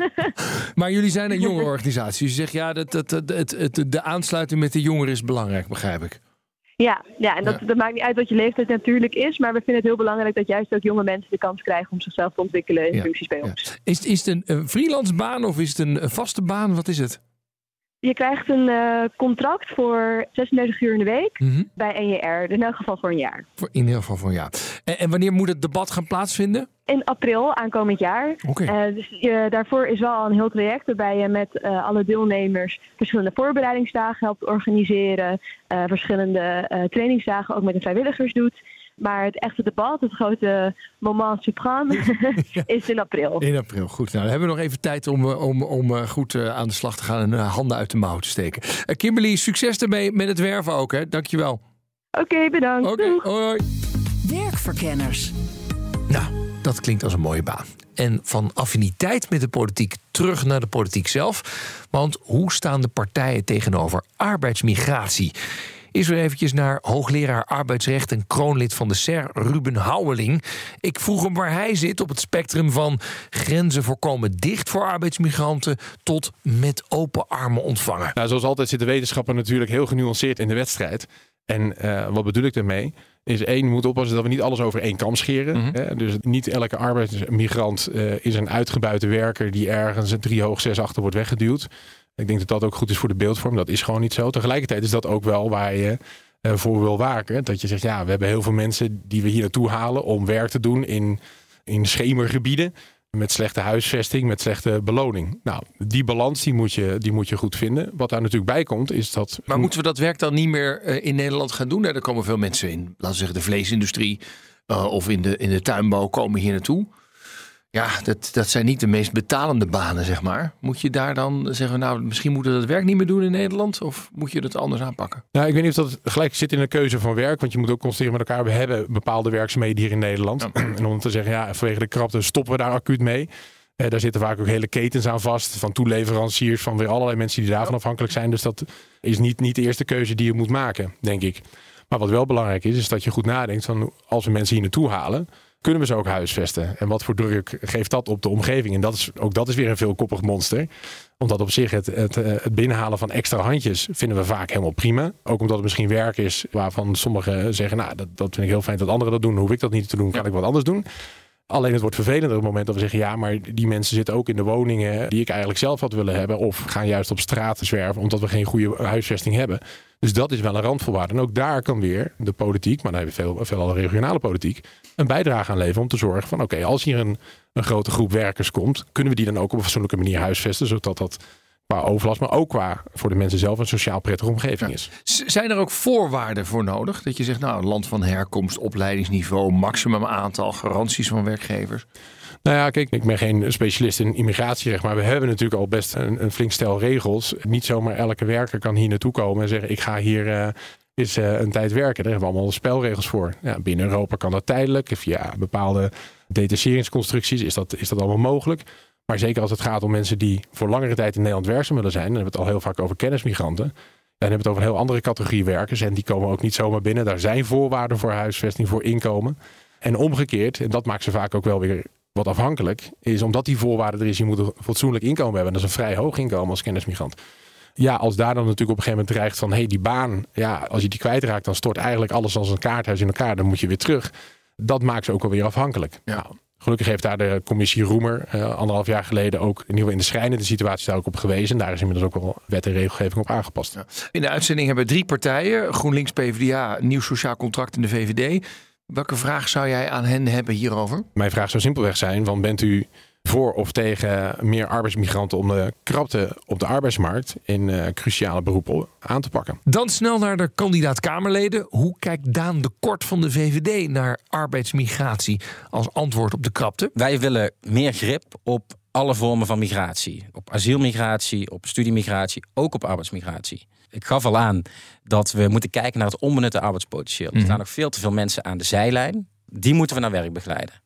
Maar jullie zijn een jonge organisatie. Dus je zegt, ja, dat, dat, dat, het, het, de aansluiting met de jongeren is belangrijk, begrijp ik. Ja, ja en dat, ja. dat maakt niet uit wat je leeftijd natuurlijk is. Maar we vinden het heel belangrijk dat juist ook jonge mensen de kans krijgen om zichzelf te ontwikkelen in ja. functies bij ons. Ja. Is, is het een, een freelance baan of is het een vaste baan? Wat is het? Je krijgt een uh, contract voor zesendertig uur in de week mm-hmm. bij E J R. In elk geval voor een jaar. Voor, in elk geval voor een jaar. En, en wanneer moet het debat gaan plaatsvinden? In april aankomend jaar. Okay. Uh, dus je, daarvoor is wel al een heel traject waarbij je met uh, alle deelnemers verschillende voorbereidingsdagen helpt organiseren. Uh, verschillende uh, trainingsdagen ook met de vrijwilligers doet. Maar het echte debat, het grote moment suprême, ja. is in april. In april, goed. Nou, dan hebben we nog even tijd om, om, om goed uh, aan de slag te gaan en uh, handen uit de mouw te steken. Uh, Kimberly, succes ermee met het werven ook, hè? Dankjewel. Oké, okay, bedankt. Oké, okay, hoi. Werkverkenners. Nou, dat klinkt als een mooie baan. En van affiniteit met de politiek terug naar de politiek zelf. Want hoe staan de partijen tegenover arbeidsmigratie? Is er eventjes naar hoogleraar arbeidsrecht en kroonlid van de S E R, Ruben Houweling. Ik vroeg hem waar hij zit op het spectrum van grenzen voorkomen dicht voor arbeidsmigranten tot met open armen ontvangen. Nou, zoals altijd zit de wetenschapper natuurlijk heel genuanceerd in de wedstrijd. En uh, wat bedoel ik daarmee? Is één, we moeten oppassen dat we niet alles over één kam scheren. Mm-hmm. Hè? Dus niet elke arbeidsmigrant uh, is een uitgebuite werker die ergens een drie hoog zes achter wordt weggeduwd. Ik denk dat dat ook goed is voor de beeldvorm. Dat is gewoon niet zo. Tegelijkertijd is dat ook wel waar je uh, voor wil waken. Dat je zegt, ja, we hebben heel veel mensen die we hier naartoe halen om werk te doen in, in schemergebieden. Met slechte huisvesting, met slechte beloning. Nou, die balans die moet je, die moet je goed vinden. Wat daar natuurlijk bij komt, is dat... Maar moeten we dat werk dan niet meer uh, in Nederland gaan doen? Er komen veel mensen in, laten we zeggen, de vleesindustrie uh, of in de, in de tuinbouw komen hier naartoe. Ja, dat, dat zijn niet de meest betalende banen, zeg maar. Moet je daar dan zeggen, nou, misschien moeten we dat werk niet meer doen in Nederland? Of moet je dat anders aanpakken? Nou, ik weet niet of dat gelijk zit in de keuze van werk. Want je moet ook constateren met elkaar, we hebben bepaalde werkzaamheden hier in Nederland. Ja. En om te zeggen, ja, vanwege de krapte stoppen we daar acuut mee. Eh, daar zitten vaak ook hele ketens aan vast. Van toeleveranciers, van weer allerlei mensen die daarvan ja. afhankelijk zijn. Dus dat is niet, niet de eerste keuze die je moet maken, denk ik. Maar wat wel belangrijk is, is dat je goed nadenkt van als we mensen hier naartoe halen, kunnen we ze ook huisvesten? En wat voor druk geeft dat op de omgeving? En dat is, ook dat is weer een veelkoppig monster. Omdat op zich het, het, het binnenhalen van extra handjes vinden we vaak helemaal prima. Ook omdat het misschien werk is waarvan sommigen zeggen, nou, dat, dat vind ik heel fijn dat anderen dat doen. Dan hoef ik dat niet te doen, kan ik wat anders doen. Alleen het wordt vervelender op het moment dat we zeggen, ja, maar die mensen zitten ook in de woningen die ik eigenlijk zelf had willen hebben. Of gaan juist op straat zwerven omdat we geen goede huisvesting hebben. Dus dat is wel een randvoorwaarde. En ook daar kan weer de politiek, maar dan hebben we veel, veel regionale politiek, een bijdrage aan leveren om te zorgen van oké, okay, als hier een, een grote groep werkers komt, kunnen we die dan ook op een fatsoenlijke manier huisvesten, zodat dat qua overlast, maar ook qua voor de mensen zelf een sociaal prettige omgeving is. Ja. Zijn er ook voorwaarden voor nodig? Dat je zegt, nou, land van herkomst, opleidingsniveau, maximum aantal garanties van werkgevers? Nou ja, kijk, ik ben geen specialist in immigratierecht, maar we hebben natuurlijk al best een, een flink stel regels. Niet zomaar elke werker kan hier naartoe komen en zeggen, ik ga hier uh, eens uh, een tijd werken. Daar hebben we allemaal spelregels voor. Ja, binnen Europa kan dat tijdelijk. Via bepaalde detacheringsconstructies is dat, is dat allemaal mogelijk. Maar zeker als het gaat om mensen die voor langere tijd in Nederland werkzaam willen zijn, dan hebben we het al heel vaak over kennismigranten. Dan hebben we het over een heel andere categorie werkers. En die komen ook niet zomaar binnen. Daar zijn voorwaarden voor huisvesting, voor inkomen. En omgekeerd, en dat maakt ze vaak ook wel weer wat afhankelijk, is omdat die voorwaarde er is, je moet een fatsoenlijk inkomen hebben. En dat is een vrij hoog inkomen als kennismigrant. Ja, als daar dan natuurlijk op een gegeven moment dreigt van, hé, hey, die baan, ja, als je die kwijtraakt, dan stort eigenlijk alles als een kaarthuis in elkaar. Dan moet je weer terug. Dat maakt ze ook alweer afhankelijk. Ja. Nou, gelukkig heeft daar de commissie Roemer uh, anderhalf jaar geleden ook in ieder geval in de schrijnende situatie daar ook op gewezen. Daar is inmiddels ook wel wet en regelgeving op aangepast. Ja. In de uitzending hebben we drie partijen, GroenLinks, PvdA, Nieuw Sociaal Contract en de V V D. Welke vraag zou jij aan hen hebben hierover? Mijn vraag zou simpelweg zijn, want bent u voor of tegen meer arbeidsmigranten om de krapte op de arbeidsmarkt in uh, cruciale beroepen aan te pakken? Dan snel naar de kandidaat-Kamerleden. Hoe kijkt Daan de Kort van de V V D naar arbeidsmigratie als antwoord op de krapte? Wij willen meer grip op alle vormen van migratie. Op asielmigratie, op studiemigratie, ook op arbeidsmigratie. Ik gaf al aan dat we moeten kijken naar het onbenutte arbeidspotentieel. Er staan nog veel te veel mensen aan de zijlijn. Die moeten we naar werk begeleiden.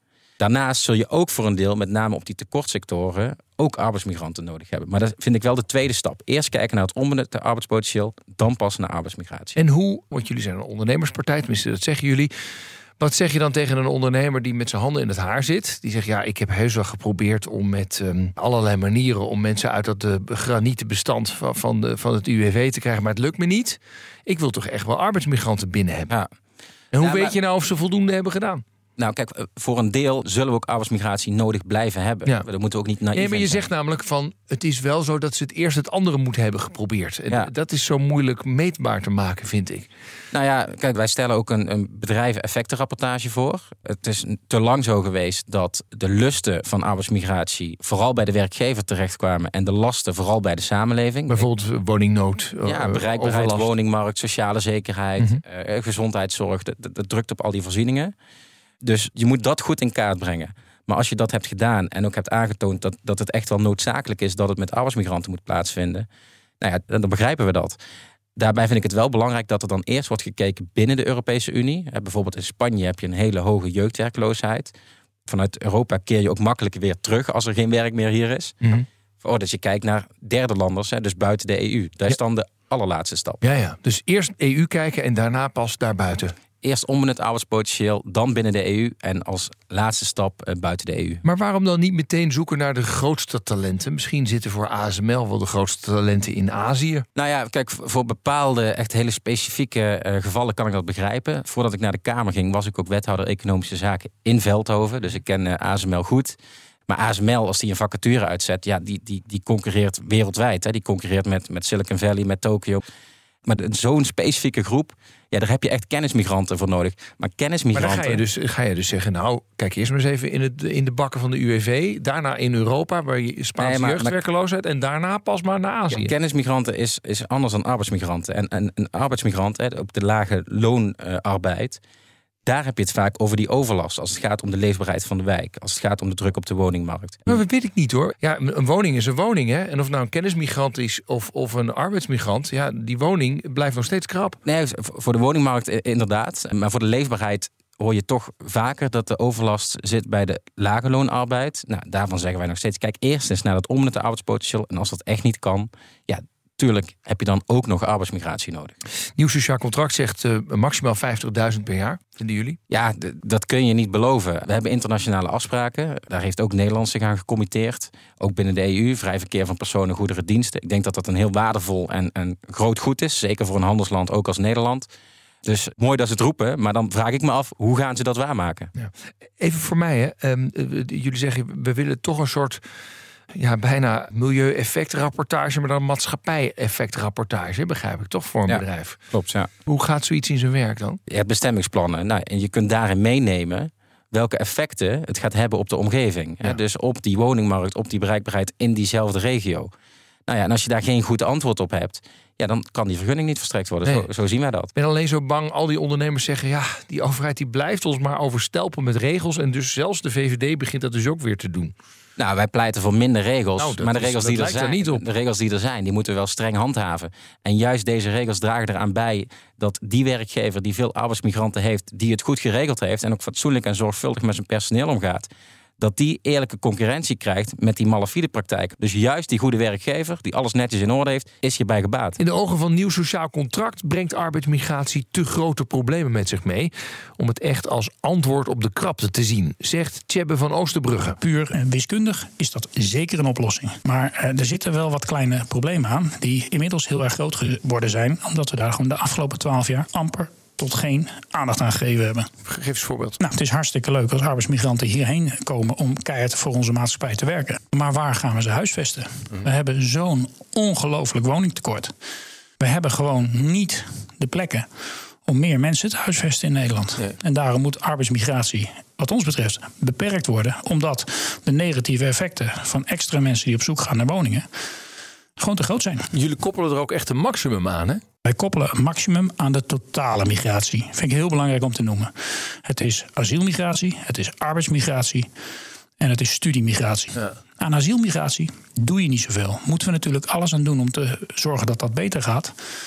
Daarnaast zul je ook voor een deel, met name op die tekortsectoren, ook arbeidsmigranten nodig hebben. Maar dat vind ik wel de tweede stap. Eerst kijken naar het onbenutte arbeidspotentieel, dan pas naar arbeidsmigratie. En hoe, want jullie zijn een ondernemerspartij, tenminste dat zeggen jullie. Wat zeg je dan tegen een ondernemer die met zijn handen in het haar zit? Die zegt, ja, ik heb heus wel geprobeerd om met um, allerlei manieren om mensen uit dat uh, granieten bestand van, van, de, van het U W V te krijgen, maar het lukt me niet. Ik wil toch echt wel arbeidsmigranten binnen hebben. Ja. En hoe ja, weet maar... je nou of ze voldoende hebben gedaan? Nou, kijk, voor een deel zullen we ook arbeidsmigratie nodig blijven hebben. Ja. Dat moeten we ook niet naïef zijn. Nee, maar je zegt namelijk van, het is wel zo dat ze het eerst het andere moeten hebben geprobeerd. En ja. dat is zo moeilijk meetbaar te maken, vind ik. Nou ja, kijk, wij stellen ook een, een bedrijven-effectenrapportage voor. Het is te lang zo geweest dat de lusten van arbeidsmigratie vooral bij de werkgever terechtkwamen en de lasten vooral bij de samenleving. Bijvoorbeeld woningnood. Ja, bereikbaarheid, overlast. Woningmarkt, sociale zekerheid, mm-hmm. uh, gezondheidszorg. Dat, dat drukt op al die voorzieningen. Dus je moet dat goed in kaart brengen. Maar als je dat hebt gedaan en ook hebt aangetoond dat, dat het echt wel noodzakelijk is dat het met arbeidsmigranten moet plaatsvinden, nou ja, dan begrijpen we dat. Daarbij vind ik het wel belangrijk dat er dan eerst wordt gekeken binnen de Europese Unie. Bijvoorbeeld in Spanje heb je een hele hoge jeugdwerkloosheid. Vanuit Europa keer je ook makkelijk weer terug als er geen werk meer hier is. Mm-hmm. Oh, dus je kijkt naar derde landers, dus buiten de E U. Daar is dan de allerlaatste stap. Ja, ja. Dus eerst E U kijken en daarna pas daarbuiten. Eerst onbenut arbeidspotentieel, dan binnen de E U en als laatste stap uh, buiten de E U. Maar waarom dan niet meteen zoeken naar de grootste talenten? Misschien zitten voor A S M L wel de grootste talenten in Azië. Nou ja, kijk, voor bepaalde echt hele specifieke uh, gevallen kan ik dat begrijpen. Voordat ik naar de Kamer ging, was ik ook wethouder Economische Zaken in Veldhoven. Dus ik ken uh, A S M L goed. Maar A S M L, als die een vacature uitzet, ja, die, die, die concurreert wereldwijd. Hè. Die concurreert met, met Silicon Valley, met Tokio. Maar zo'n specifieke groep, ja, daar heb je echt kennismigranten voor nodig. Maar kennismigranten... Maar dan ga je dus, ga je dus zeggen, nou, kijk eerst maar eens even in, het, in de bakken van de U W V. Daarna in Europa, waar je Spaanse nee, jeugdwerkeloosheid. En daarna pas maar naar Azië. Ja, kennismigranten is, is anders dan arbeidsmigranten. En, en een arbeidsmigrant, hè, op de lage loonarbeid, uh, daar heb je het vaak over die overlast. Als het gaat om de leefbaarheid van de wijk. Als het gaat om de druk op de woningmarkt. Maar dat weet ik niet hoor. Ja, een woning is een woning. Hè? En of nou een kennismigrant is of, of een arbeidsmigrant. Ja, die woning blijft nog steeds krap. Nee, voor de woningmarkt inderdaad. Maar voor de leefbaarheid hoor je toch vaker dat de overlast zit bij de lage loonarbeid. Nou, daarvan zeggen wij nog steeds, kijk eerst eens naar dat onbenutte arbeidspotentieel. En als dat echt niet kan, ja, tuurlijk heb je dan ook nog arbeidsmigratie nodig. Nieuw sociaal contract zegt uh, maximaal vijftigduizend per jaar. Vinden jullie? Ja, d- dat kun je niet beloven. We hebben internationale afspraken. Daar heeft ook Nederland zich aan gecommitteerd. Ook binnen de E U, vrij verkeer van personen, goederen, diensten. Ik denk dat dat een heel waardevol en, en groot goed is. Zeker voor een handelsland, ook als Nederland. Dus mooi dat ze het roepen, maar dan vraag ik me af, hoe gaan ze dat waarmaken? Ja. Even voor mij, hè. Um, jullie zeggen, we willen toch een soort... Ja, bijna milieu-effectrapportage, maar dan maatschappij-effectrapportage, begrijp ik toch, voor een ja, bedrijf. Klopt, ja. Hoe gaat zoiets in zijn werk dan? Je hebt bestemmingsplannen. Nou, en je kunt daarin meenemen welke effecten het gaat hebben op de omgeving. Ja. Hè? Dus op die woningmarkt, op die bereikbaarheid in diezelfde regio. Nou ja, en als je daar geen goed antwoord op hebt, ja, dan kan die vergunning niet verstrekt worden. Nee. Zo, zo zien wij dat. Ik ben alleen zo bang, al die ondernemers zeggen, ja, die overheid die blijft ons maar overstelpen met regels. En dus zelfs de V V D begint dat dus ook weer te doen. Nou, wij pleiten voor minder regels. Nou, maar de regels, is, die er zijn, er niet op. de regels die er zijn, die moeten we wel streng handhaven. En juist deze regels dragen eraan bij dat die werkgever die veel arbeidsmigranten heeft, die het goed geregeld heeft en ook fatsoenlijk en zorgvuldig met zijn personeel omgaat, dat die eerlijke concurrentie krijgt met die malafide praktijk. Dus juist die goede werkgever, die alles netjes in orde heeft, is hierbij gebaat. In de ogen van Nieuw Sociaal Contract brengt arbeidsmigratie te grote problemen met zich mee om het echt als antwoord op de krapte te zien, zegt Tjebbe van Oosterbrugge. Puur wiskundig is dat zeker een oplossing. Maar uh, er zitten wel wat kleine problemen aan die inmiddels heel erg groot geworden zijn, omdat we daar gewoon de afgelopen twaalf jaar amper tot geen aandacht aan gegeven hebben. Geef eens een voorbeeld. Nou, het is hartstikke leuk als arbeidsmigranten hierheen komen om keihard voor onze maatschappij te werken. Maar waar gaan we ze huisvesten? Mm-hmm. We hebben zo'n ongelooflijk woningtekort. We hebben gewoon niet de plekken om meer mensen te huisvesten in Nederland. Nee. En daarom moet arbeidsmigratie, wat ons betreft, beperkt worden, omdat de negatieve effecten van extra mensen die op zoek gaan naar woningen gewoon te groot zijn. Jullie koppelen er ook echt een maximum aan, hè? Wij koppelen een maximum aan de totale migratie. Vind ik heel belangrijk om te noemen. Het is asielmigratie, het is arbeidsmigratie en het is studiemigratie. Ja. Aan asielmigratie doe je niet zoveel. Moeten we natuurlijk alles aan doen om te zorgen dat dat beter gaat.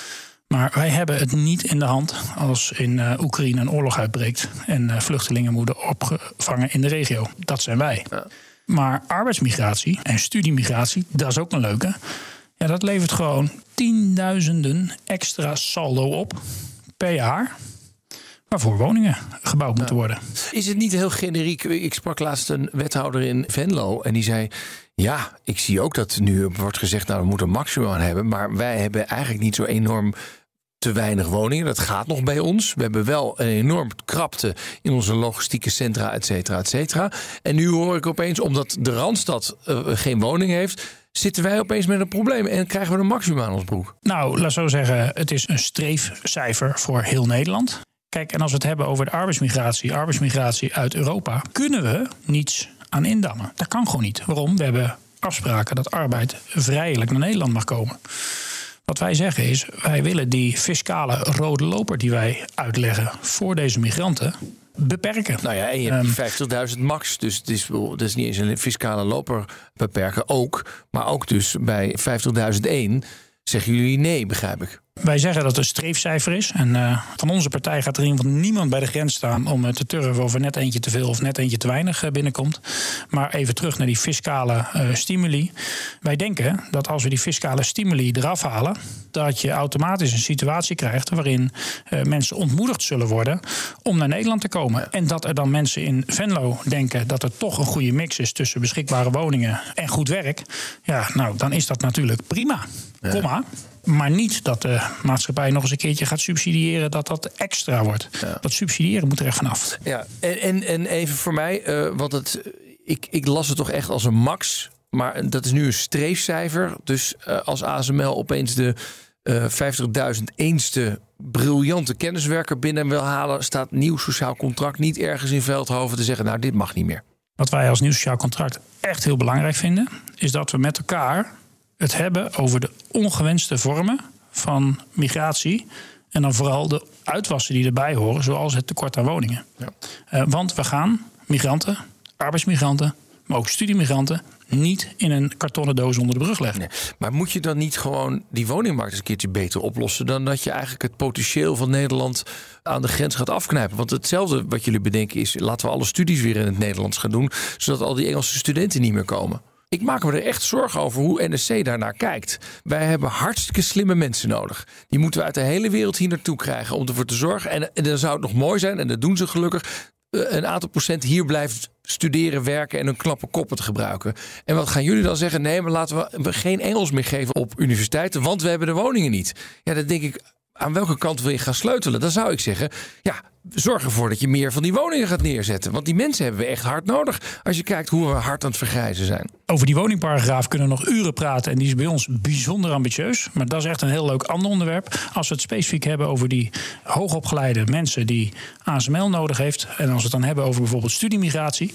Maar wij hebben het niet in de hand als in uh, Oekraïne een oorlog uitbreekt en uh, vluchtelingen worden opgevangen in de regio. Dat zijn wij. Ja. Maar arbeidsmigratie en studiemigratie, dat is ook een leuke. Ja, dat levert gewoon tienduizenden extra saldo op per jaar, waarvoor woningen gebouwd ja. moeten worden. Is het niet heel generiek? Ik sprak laatst een wethouder in Venlo en die zei, ja, ik zie ook dat nu wordt gezegd, nou, we moeten een maximum aan hebben, maar wij hebben eigenlijk niet zo enorm te weinig woningen. Dat gaat nog bij ons. We hebben wel een enorm krapte in onze logistieke centra, et cetera, et cetera. En nu hoor ik opeens, omdat de Randstad uh, geen woning heeft, zitten wij opeens met een probleem en krijgen we een maximum aan ons broek. Nou, laat zo zeggen, het is een streefcijfer voor heel Nederland. Kijk, en als we het hebben over de arbeidsmigratie, arbeidsmigratie uit Europa, kunnen we niets aan indammen. Dat kan gewoon niet. Waarom? We hebben afspraken dat arbeid vrijelijk naar Nederland mag komen. Wat wij zeggen is, wij willen die fiscale rode loper die wij uitleggen voor deze migranten beperken. Nou ja, en je hebt die vijftigduizend max, dus het is, het is niet eens een fiscale loper beperken ook. Maar ook dus bij vijftigduizend één zeggen jullie nee, begrijp ik. Wij zeggen dat het een streefcijfer is. En uh, van onze partij gaat er in ieder geval niemand bij de grens staan om uh, te turven of er net eentje te veel of net eentje te weinig uh, binnenkomt. Maar even terug naar die fiscale uh, stimuli. Wij denken dat als we die fiscale stimuli eraf halen, dat je automatisch een situatie krijgt waarin uh, mensen ontmoedigd zullen worden om naar Nederland te komen. En dat er dan mensen in Venlo denken dat er toch een goede mix is tussen beschikbare woningen en goed werk. Ja, nou, dan is dat natuurlijk prima. Ja. Komma. Maar niet dat de maatschappij nog eens een keertje gaat subsidiëren dat dat extra wordt. Ja. Dat subsidiëren moet er echt vanaf. Ja, en, en, en even voor mij, uh, want het, ik, ik las het toch echt als een max. Maar dat is nu een streefcijfer. Dus uh, als A S M L opeens de uh, vijftigduizend eenste briljante kenniswerker binnen wil halen, staat nieuw sociaal contract niet ergens in Veldhoven te zeggen, nou, dit mag niet meer. Wat wij als nieuw sociaal contract echt heel belangrijk vinden, is dat we met elkaar het hebben over de ongewenste vormen van migratie. En dan vooral de uitwassen die erbij horen, zoals het tekort aan woningen. Ja. Uh, want we gaan migranten, arbeidsmigranten, maar ook studiemigranten niet in een kartonnen doos onder de brug leggen. Nee, maar moet je dan niet gewoon die woningmarkt eens een keertje beter oplossen dan dat je eigenlijk het potentieel van Nederland aan de grens gaat afknijpen? Want hetzelfde wat jullie bedenken is, laten we alle studies weer in het Nederlands gaan doen, zodat al die Engelse studenten niet meer komen. Ik maak me er echt zorgen over hoe N S C daarnaar kijkt. Wij hebben hartstikke slimme mensen nodig. Die moeten we uit de hele wereld hier naartoe krijgen om ervoor te zorgen. En, en dan zou het nog mooi zijn, en dat doen ze gelukkig, een aantal procent hier blijft studeren, werken en hun knappe koppen te gebruiken. En wat gaan jullie dan zeggen? Nee, maar laten we geen Engels meer geven op universiteiten, want we hebben de woningen niet. Ja, dan denk ik, aan welke kant wil je gaan sleutelen? Dan zou ik zeggen, ja, zorg ervoor dat je meer van die woningen gaat neerzetten. Want die mensen hebben we echt hard nodig als je kijkt hoe we hard aan het vergrijzen zijn. Over die woningparagraaf kunnen we nog uren praten. En die is bij ons bijzonder ambitieus. Maar dat is echt een heel leuk ander onderwerp. Als we het specifiek hebben over die hoogopgeleide mensen die A S M L nodig heeft. En als we het dan hebben over bijvoorbeeld studiemigratie.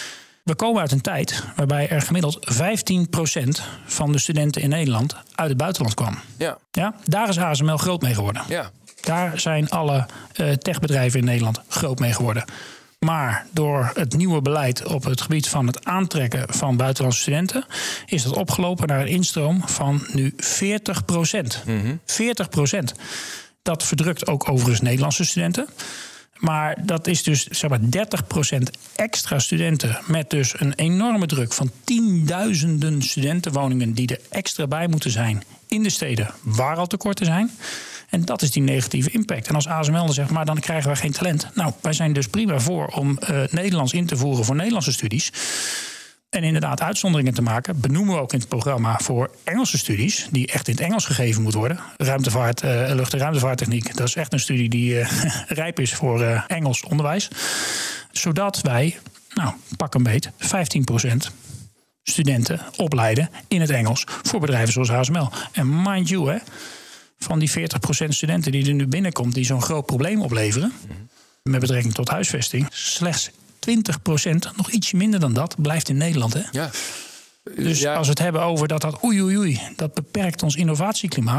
We komen uit een tijd waarbij er gemiddeld vijftien procent van de studenten in Nederland uit het buitenland kwam. Ja. Ja, daar is A S M L groot mee geworden. Ja. Daar zijn alle uh, techbedrijven in Nederland groot mee geworden. Maar door het nieuwe beleid op het gebied van het aantrekken van buitenlandse studenten is dat opgelopen naar een instroom van nu veertig procent. Mm-hmm. veertig procent. Dat verdrukt ook overigens Nederlandse studenten. Maar dat is dus zeg maar dertig procent extra studenten met dus een enorme druk van tienduizenden studentenwoningen die er extra bij moeten zijn in de steden waar al tekorten zijn. En dat is die negatieve impact. En als A S M L dan zegt, maar dan krijgen wij geen talent. Nou, wij zijn dus prima voor om uh, Nederlands in te voeren voor Nederlandse studies. En inderdaad uitzonderingen te maken, benoemen we ook in het programma voor Engelse studies, die echt in het Engels gegeven moet worden. Ruimtevaart, uh, lucht- en ruimtevaarttechniek, dat is echt een studie die uh, rijp is voor uh, Engels onderwijs. Zodat wij, nou, pak een beet, vijftien procent studenten opleiden in het Engels voor bedrijven zoals A S M L. En mind you, hè, van die veertig procent studenten die er nu binnenkomt, die zo'n groot probleem opleveren, mm-hmm. met betrekking tot huisvesting, slechts twintig procent, nog ietsje minder dan dat, blijft in Nederland. Hè? Ja. Dus ja. Als we het hebben over dat dat oei oei oei, dat beperkt ons innovatieklimaat.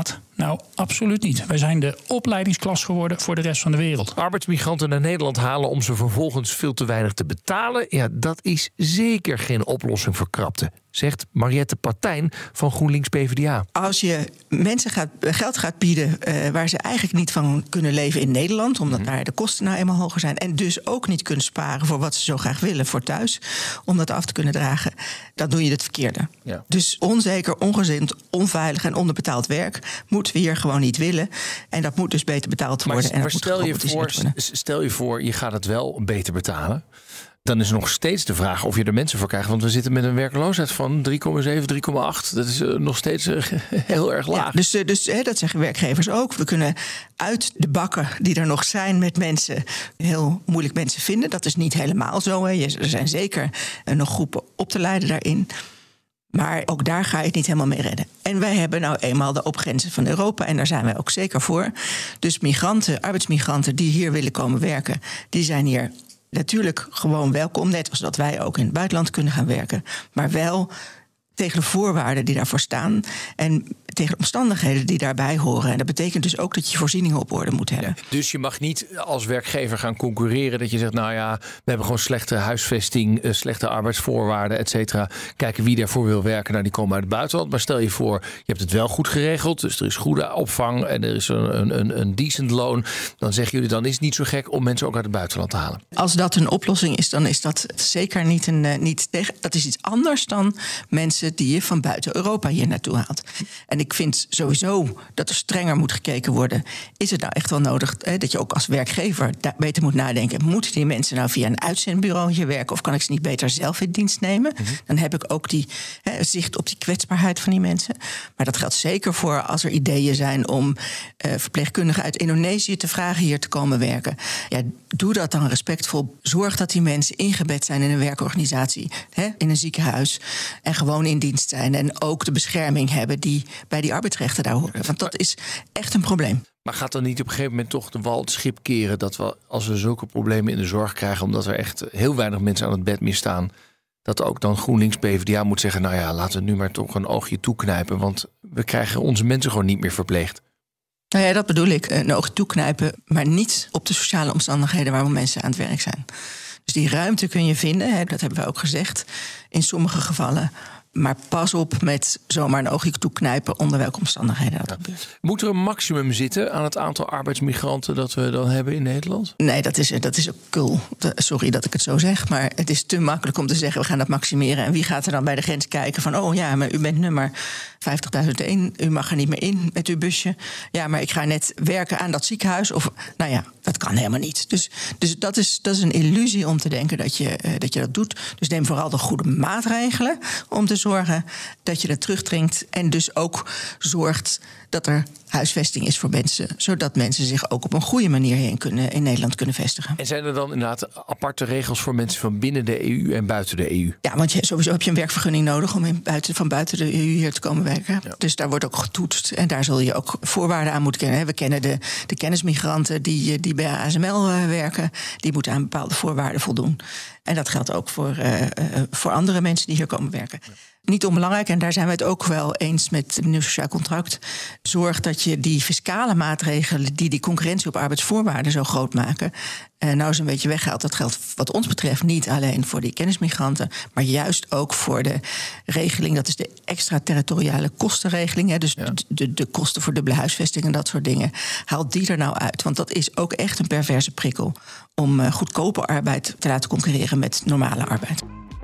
Nou, absoluut niet. Wij zijn de opleidingsklas geworden voor de rest van de wereld. Arbeidsmigranten naar Nederland halen om ze vervolgens veel te weinig te betalen. Ja, dat is zeker geen oplossing voor krapte, zegt Mariette Partijn van GroenLinks P v d A. Als je mensen gaat, geld gaat bieden uh, waar ze eigenlijk niet van kunnen leven in Nederland, omdat mm. daar de kosten nou eenmaal hoger zijn, en dus ook niet kunnen sparen voor wat ze zo graag willen voor thuis, om dat af te kunnen dragen, dan doe je het verkeerde. Ja. Dus onzeker, ongezond, onveilig en onderbetaald werk moeten we hier gewoon niet willen. En dat moet dus beter betaald worden. Maar, en dat maar stel, je voor, stel je voor, je gaat het wel beter betalen. Dan is nog steeds de vraag of je er mensen voor krijgt. Want we zitten met een werkloosheid van drie komma zeven, drie komma acht. Dat is uh, nog steeds uh, heel erg laag. Ja, dus uh, dus hè, dat zeggen werkgevers ook. We kunnen uit de bakken die er nog zijn met mensen heel moeilijk mensen vinden. Dat is niet helemaal zo. Hè. Er zijn zeker uh, nog groepen op te leiden daarin. Maar ook daar ga je het niet helemaal mee redden. En wij hebben nou eenmaal de opgrenzen van Europa. En daar zijn wij ook zeker voor. Dus migranten, arbeidsmigranten die hier willen komen werken, die zijn hier natuurlijk gewoon welkom. Net als dat wij ook in het buitenland kunnen gaan werken. Maar wel tegen de voorwaarden die daarvoor staan. En tegen de omstandigheden die daarbij horen. En dat betekent dus ook dat je voorzieningen op orde moet hebben. Ja, dus je mag niet als werkgever gaan concurreren. Dat je zegt, nou ja, we hebben gewoon slechte huisvesting, slechte arbeidsvoorwaarden, et cetera. Kijken wie daarvoor wil werken. Nou, die komen uit het buitenland. Maar stel je voor, je hebt het wel goed geregeld. Dus er is goede opvang en er is een, een, een decent loon. Dan zeggen jullie, dan is het niet zo gek om mensen ook uit het buitenland te halen. Als dat een oplossing is, dan is dat zeker niet een uh, niet tegen. Dat is iets anders dan mensen die je van buiten Europa hier naartoe haalt. En ik vind sowieso dat er strenger moet gekeken worden. Is het nou echt wel nodig hè, dat je ook als werkgever da- beter moet nadenken? Moeten die mensen nou via een uitzendbureau hier werken? Of kan ik ze niet beter zelf in dienst nemen? Mm-hmm. Dan heb ik ook die hè, zicht op die kwetsbaarheid van die mensen. Maar dat geldt zeker voor als er ideeën zijn om uh, verpleegkundigen uit Indonesië te vragen hier te komen werken. Ja, doe dat dan respectvol. Zorg dat die mensen ingebed zijn in een werkorganisatie, hè, in een ziekenhuis en gewoon in dienst zijn. En ook de bescherming hebben die bij die arbeidsrechten daar horen. Want dat is echt een probleem. Maar gaat dan niet op een gegeven moment toch de wal het schip keren dat we, als we zulke problemen in de zorg krijgen, omdat er echt heel weinig mensen aan het bed meer staan, dat ook dan GroenLinks P v d A moet zeggen, nou ja, laten we nu maar toch een oogje toeknijpen, want we krijgen onze mensen gewoon niet meer verpleegd. Nou ja, dat bedoel ik. Een oog toeknijpen, maar niet op de sociale omstandigheden waar mensen aan het werk zijn. Dus die ruimte kun je vinden, hè, dat hebben we ook gezegd, in sommige gevallen. Maar pas op met zomaar een oogje toeknijpen onder welke omstandigheden dat gebeurt. Moet er een maximum zitten aan het aantal arbeidsmigranten dat we dan hebben in Nederland? Nee, dat is, dat is ook cool. Sorry dat ik het zo zeg, maar het is te makkelijk om te zeggen, we gaan dat maximeren. En wie gaat er dan bij de grens kijken van, oh ja, maar u bent nummer vijftigduizend één, u mag er niet meer in met uw busje. Ja, maar ik ga net werken aan dat ziekenhuis. Of, nou ja, dat kan helemaal niet. Dus, dus dat, is, dat is een illusie om te denken dat je, uh, dat je dat doet. Dus neem vooral de goede maatregelen om te zorgen dat je dat terugdringt. En dus ook zorgt dat er huisvesting is voor mensen, zodat mensen zich ook op een goede manier hier in, kunnen, in Nederland kunnen vestigen. En zijn er dan inderdaad aparte regels voor mensen van binnen de E U en buiten de E U? Ja, want je, sowieso heb je een werkvergunning nodig om in, buiten, van buiten de E U hier te komen werken. Ja. Dus daar wordt ook getoetst en daar zul je ook voorwaarden aan moeten kennen. We kennen de, de kennismigranten die, die bij A S M L uh, werken. Die moeten aan bepaalde voorwaarden voldoen. En dat geldt ook voor, uh, uh, voor andere mensen die hier komen werken. Ja. Niet onbelangrijk, en daar zijn we het ook wel eens met het nieuw sociaal contract. Zorg dat je die fiscale maatregelen die die concurrentie op arbeidsvoorwaarden zo groot maken, uh, nou eens een beetje weghaalt. Dat geldt wat ons betreft niet alleen voor die kennismigranten, maar juist ook voor de regeling. Dat is de extraterritoriale kostenregeling. Hè, dus ja. de, de, de kosten voor dubbele huisvesting en dat soort dingen. Haal die er nou uit. Want dat is ook echt een perverse prikkel om uh, goedkope arbeid te laten concurreren met normale arbeid.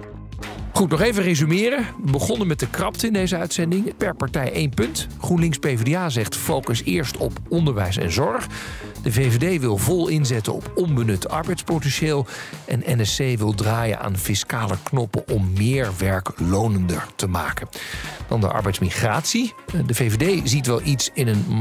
Goed, nog even resumeren. We begonnen met de krapte in deze uitzending. Per partij één punt. GroenLinks P v d A zegt focus eerst op onderwijs en zorg. De V V D wil vol inzetten op onbenut arbeidspotentieel. En N S C wil draaien aan fiscale knoppen om meer werk lonender te maken. Dan de arbeidsmigratie. De V V D ziet wel iets in een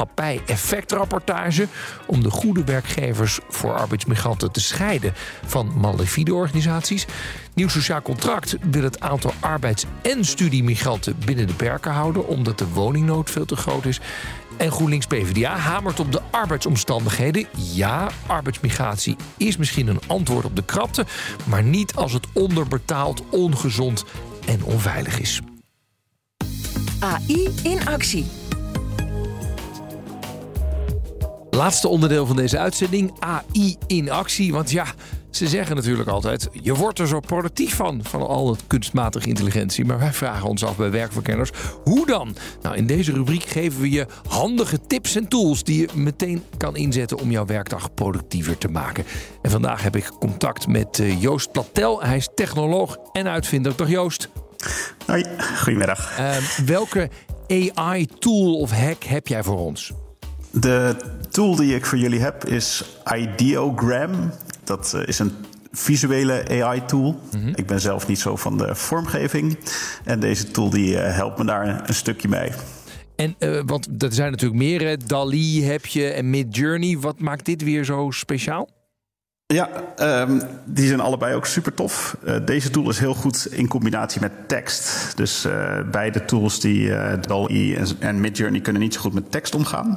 maatschappij-effectrapportage om de goede werkgevers voor arbeidsmigranten te scheiden van malafide organisaties. Nieuw sociaal contract wil het aantal arbeids- en studiemigranten binnen de perken houden, omdat de woningnood veel te groot is. En GroenLinks P v d A hamert op de arbeidsomstandigheden. Ja, arbeidsmigratie is misschien een antwoord op de krapte, maar niet als het onderbetaald, ongezond en onveilig is. A I in actie. Laatste onderdeel van deze uitzending, A I in actie. Want ja, ze zeggen natuurlijk altijd, je wordt er zo productief van, van al het kunstmatige intelligentie. Maar wij vragen ons af bij Werkverkenners, hoe dan? Nou, in deze rubriek geven we je handige tips en tools die je meteen kan inzetten om jouw werkdag productiever te maken. En vandaag heb ik contact met Joost Platel. Hij is technoloog en uitvinder. Dag Joost. Hoi, goedemiddag. Uh, welke A I-tool of hack heb jij voor ons? De tool die ik voor jullie heb is Ideogram. Dat is een visuele A I-tool. Mm-hmm. Ik ben zelf niet zo van de vormgeving. En deze tool die uh, helpt me daar een, een stukje mee. En uh, want er zijn natuurlijk meer. Hè? DALL-E heb je en Midjourney. Wat maakt dit weer zo speciaal? Ja, um, die zijn allebei ook super tof. Uh, deze tool is heel goed in combinatie met tekst. Dus uh, beide tools, die uh, DALL-E en, en Midjourney, kunnen niet zo goed met tekst omgaan.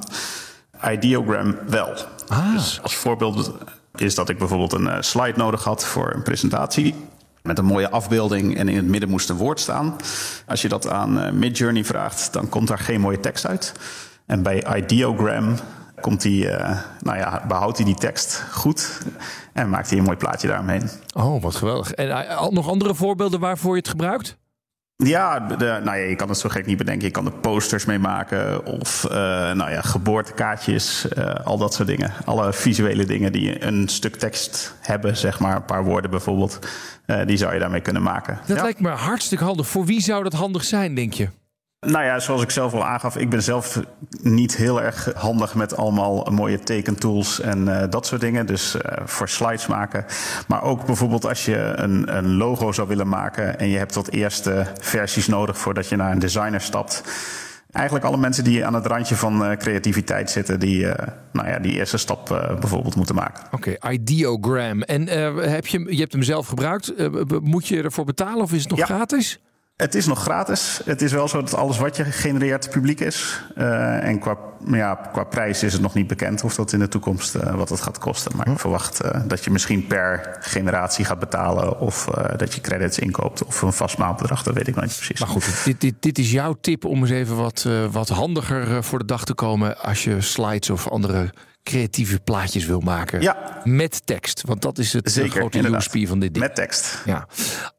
Ideogram wel. Ah. Dus als voorbeeld is dat ik bijvoorbeeld een uh, slide nodig had voor een presentatie met een mooie afbeelding en in het midden moest een woord staan. Als je dat aan uh, Midjourney vraagt, dan komt daar geen mooie tekst uit. En bij Ideogram komt die, uh, nou ja, behoudt hij die tekst goed en maakt hij een mooi plaatje daaromheen. Oh, wat geweldig. En uh, nog andere voorbeelden waarvoor je het gebruikt? Ja, de, nou ja, je kan het zo gek niet bedenken. Je kan er posters mee maken of uh, nou ja, geboortekaartjes, uh, al dat soort dingen. Alle visuele dingen die een stuk tekst hebben, zeg maar, een paar woorden bijvoorbeeld, uh, die zou je daarmee kunnen maken. Dat ja. lijkt me hartstikke handig. Voor wie zou dat handig zijn, denk je? Nou ja, zoals ik zelf al aangaf, ik ben zelf niet heel erg handig met allemaal mooie tekentools en uh, dat soort dingen. Dus uh, voor slides maken. Maar ook bijvoorbeeld als je een, een logo zou willen maken en je hebt wat eerste versies nodig voordat je naar een designer stapt. Eigenlijk alle mensen die aan het randje van uh, creativiteit zitten, die uh, nou ja, die eerste stap uh, bijvoorbeeld moeten maken. Oké, okay, Ideogram. En uh, heb je, je hebt hem zelf gebruikt. Uh, moet je ervoor betalen of is het nog ja. gratis? Het is nog gratis. Het is wel zo dat alles wat je genereert publiek is. Uh, en qua, ja, qua prijs is het nog niet bekend of dat in de toekomst uh, wat het gaat kosten. Maar ik verwacht uh, dat je misschien per generatie gaat betalen of uh, dat je credits inkoopt of een vast maandbedrag. Dat weet ik nog niet precies. Maar goed, dit, dit, dit is jouw tip om eens even wat, uh, wat handiger uh, voor de dag te komen als je slides of andere creatieve plaatjes wil maken. Ja. Met tekst, want dat is het Zeker, grote U S P van dit ding. Met tekst. Ja.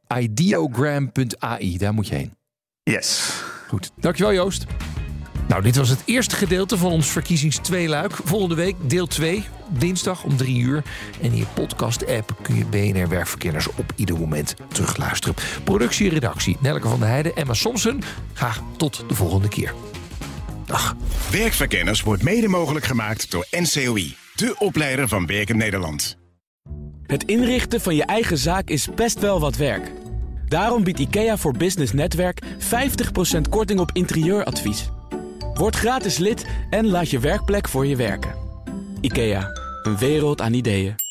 Ideogram punt A I, daar moet je heen. Yes. Goed, dankjewel Joost. Nou, dit was het eerste gedeelte van ons verkiezingstweeluik. Volgende week deel twee, dinsdag om drie uur. En in je podcast-app kun je B N R Werkverkenners op ieder moment terugluisteren. Productie en redactie, Nelleke van der Heijden, Emma Somsen. Graag tot de volgende keer. Dag. Werkverkenners wordt mede mogelijk gemaakt door N C O I, de opleider van Werken Nederland. Het inrichten van je eigen zaak is best wel wat werk. Daarom biedt IKEA voor Business Netwerk vijftig procent korting op interieuradvies. Word gratis lid en laat je werkplek voor je werken. IKEA, een wereld aan ideeën.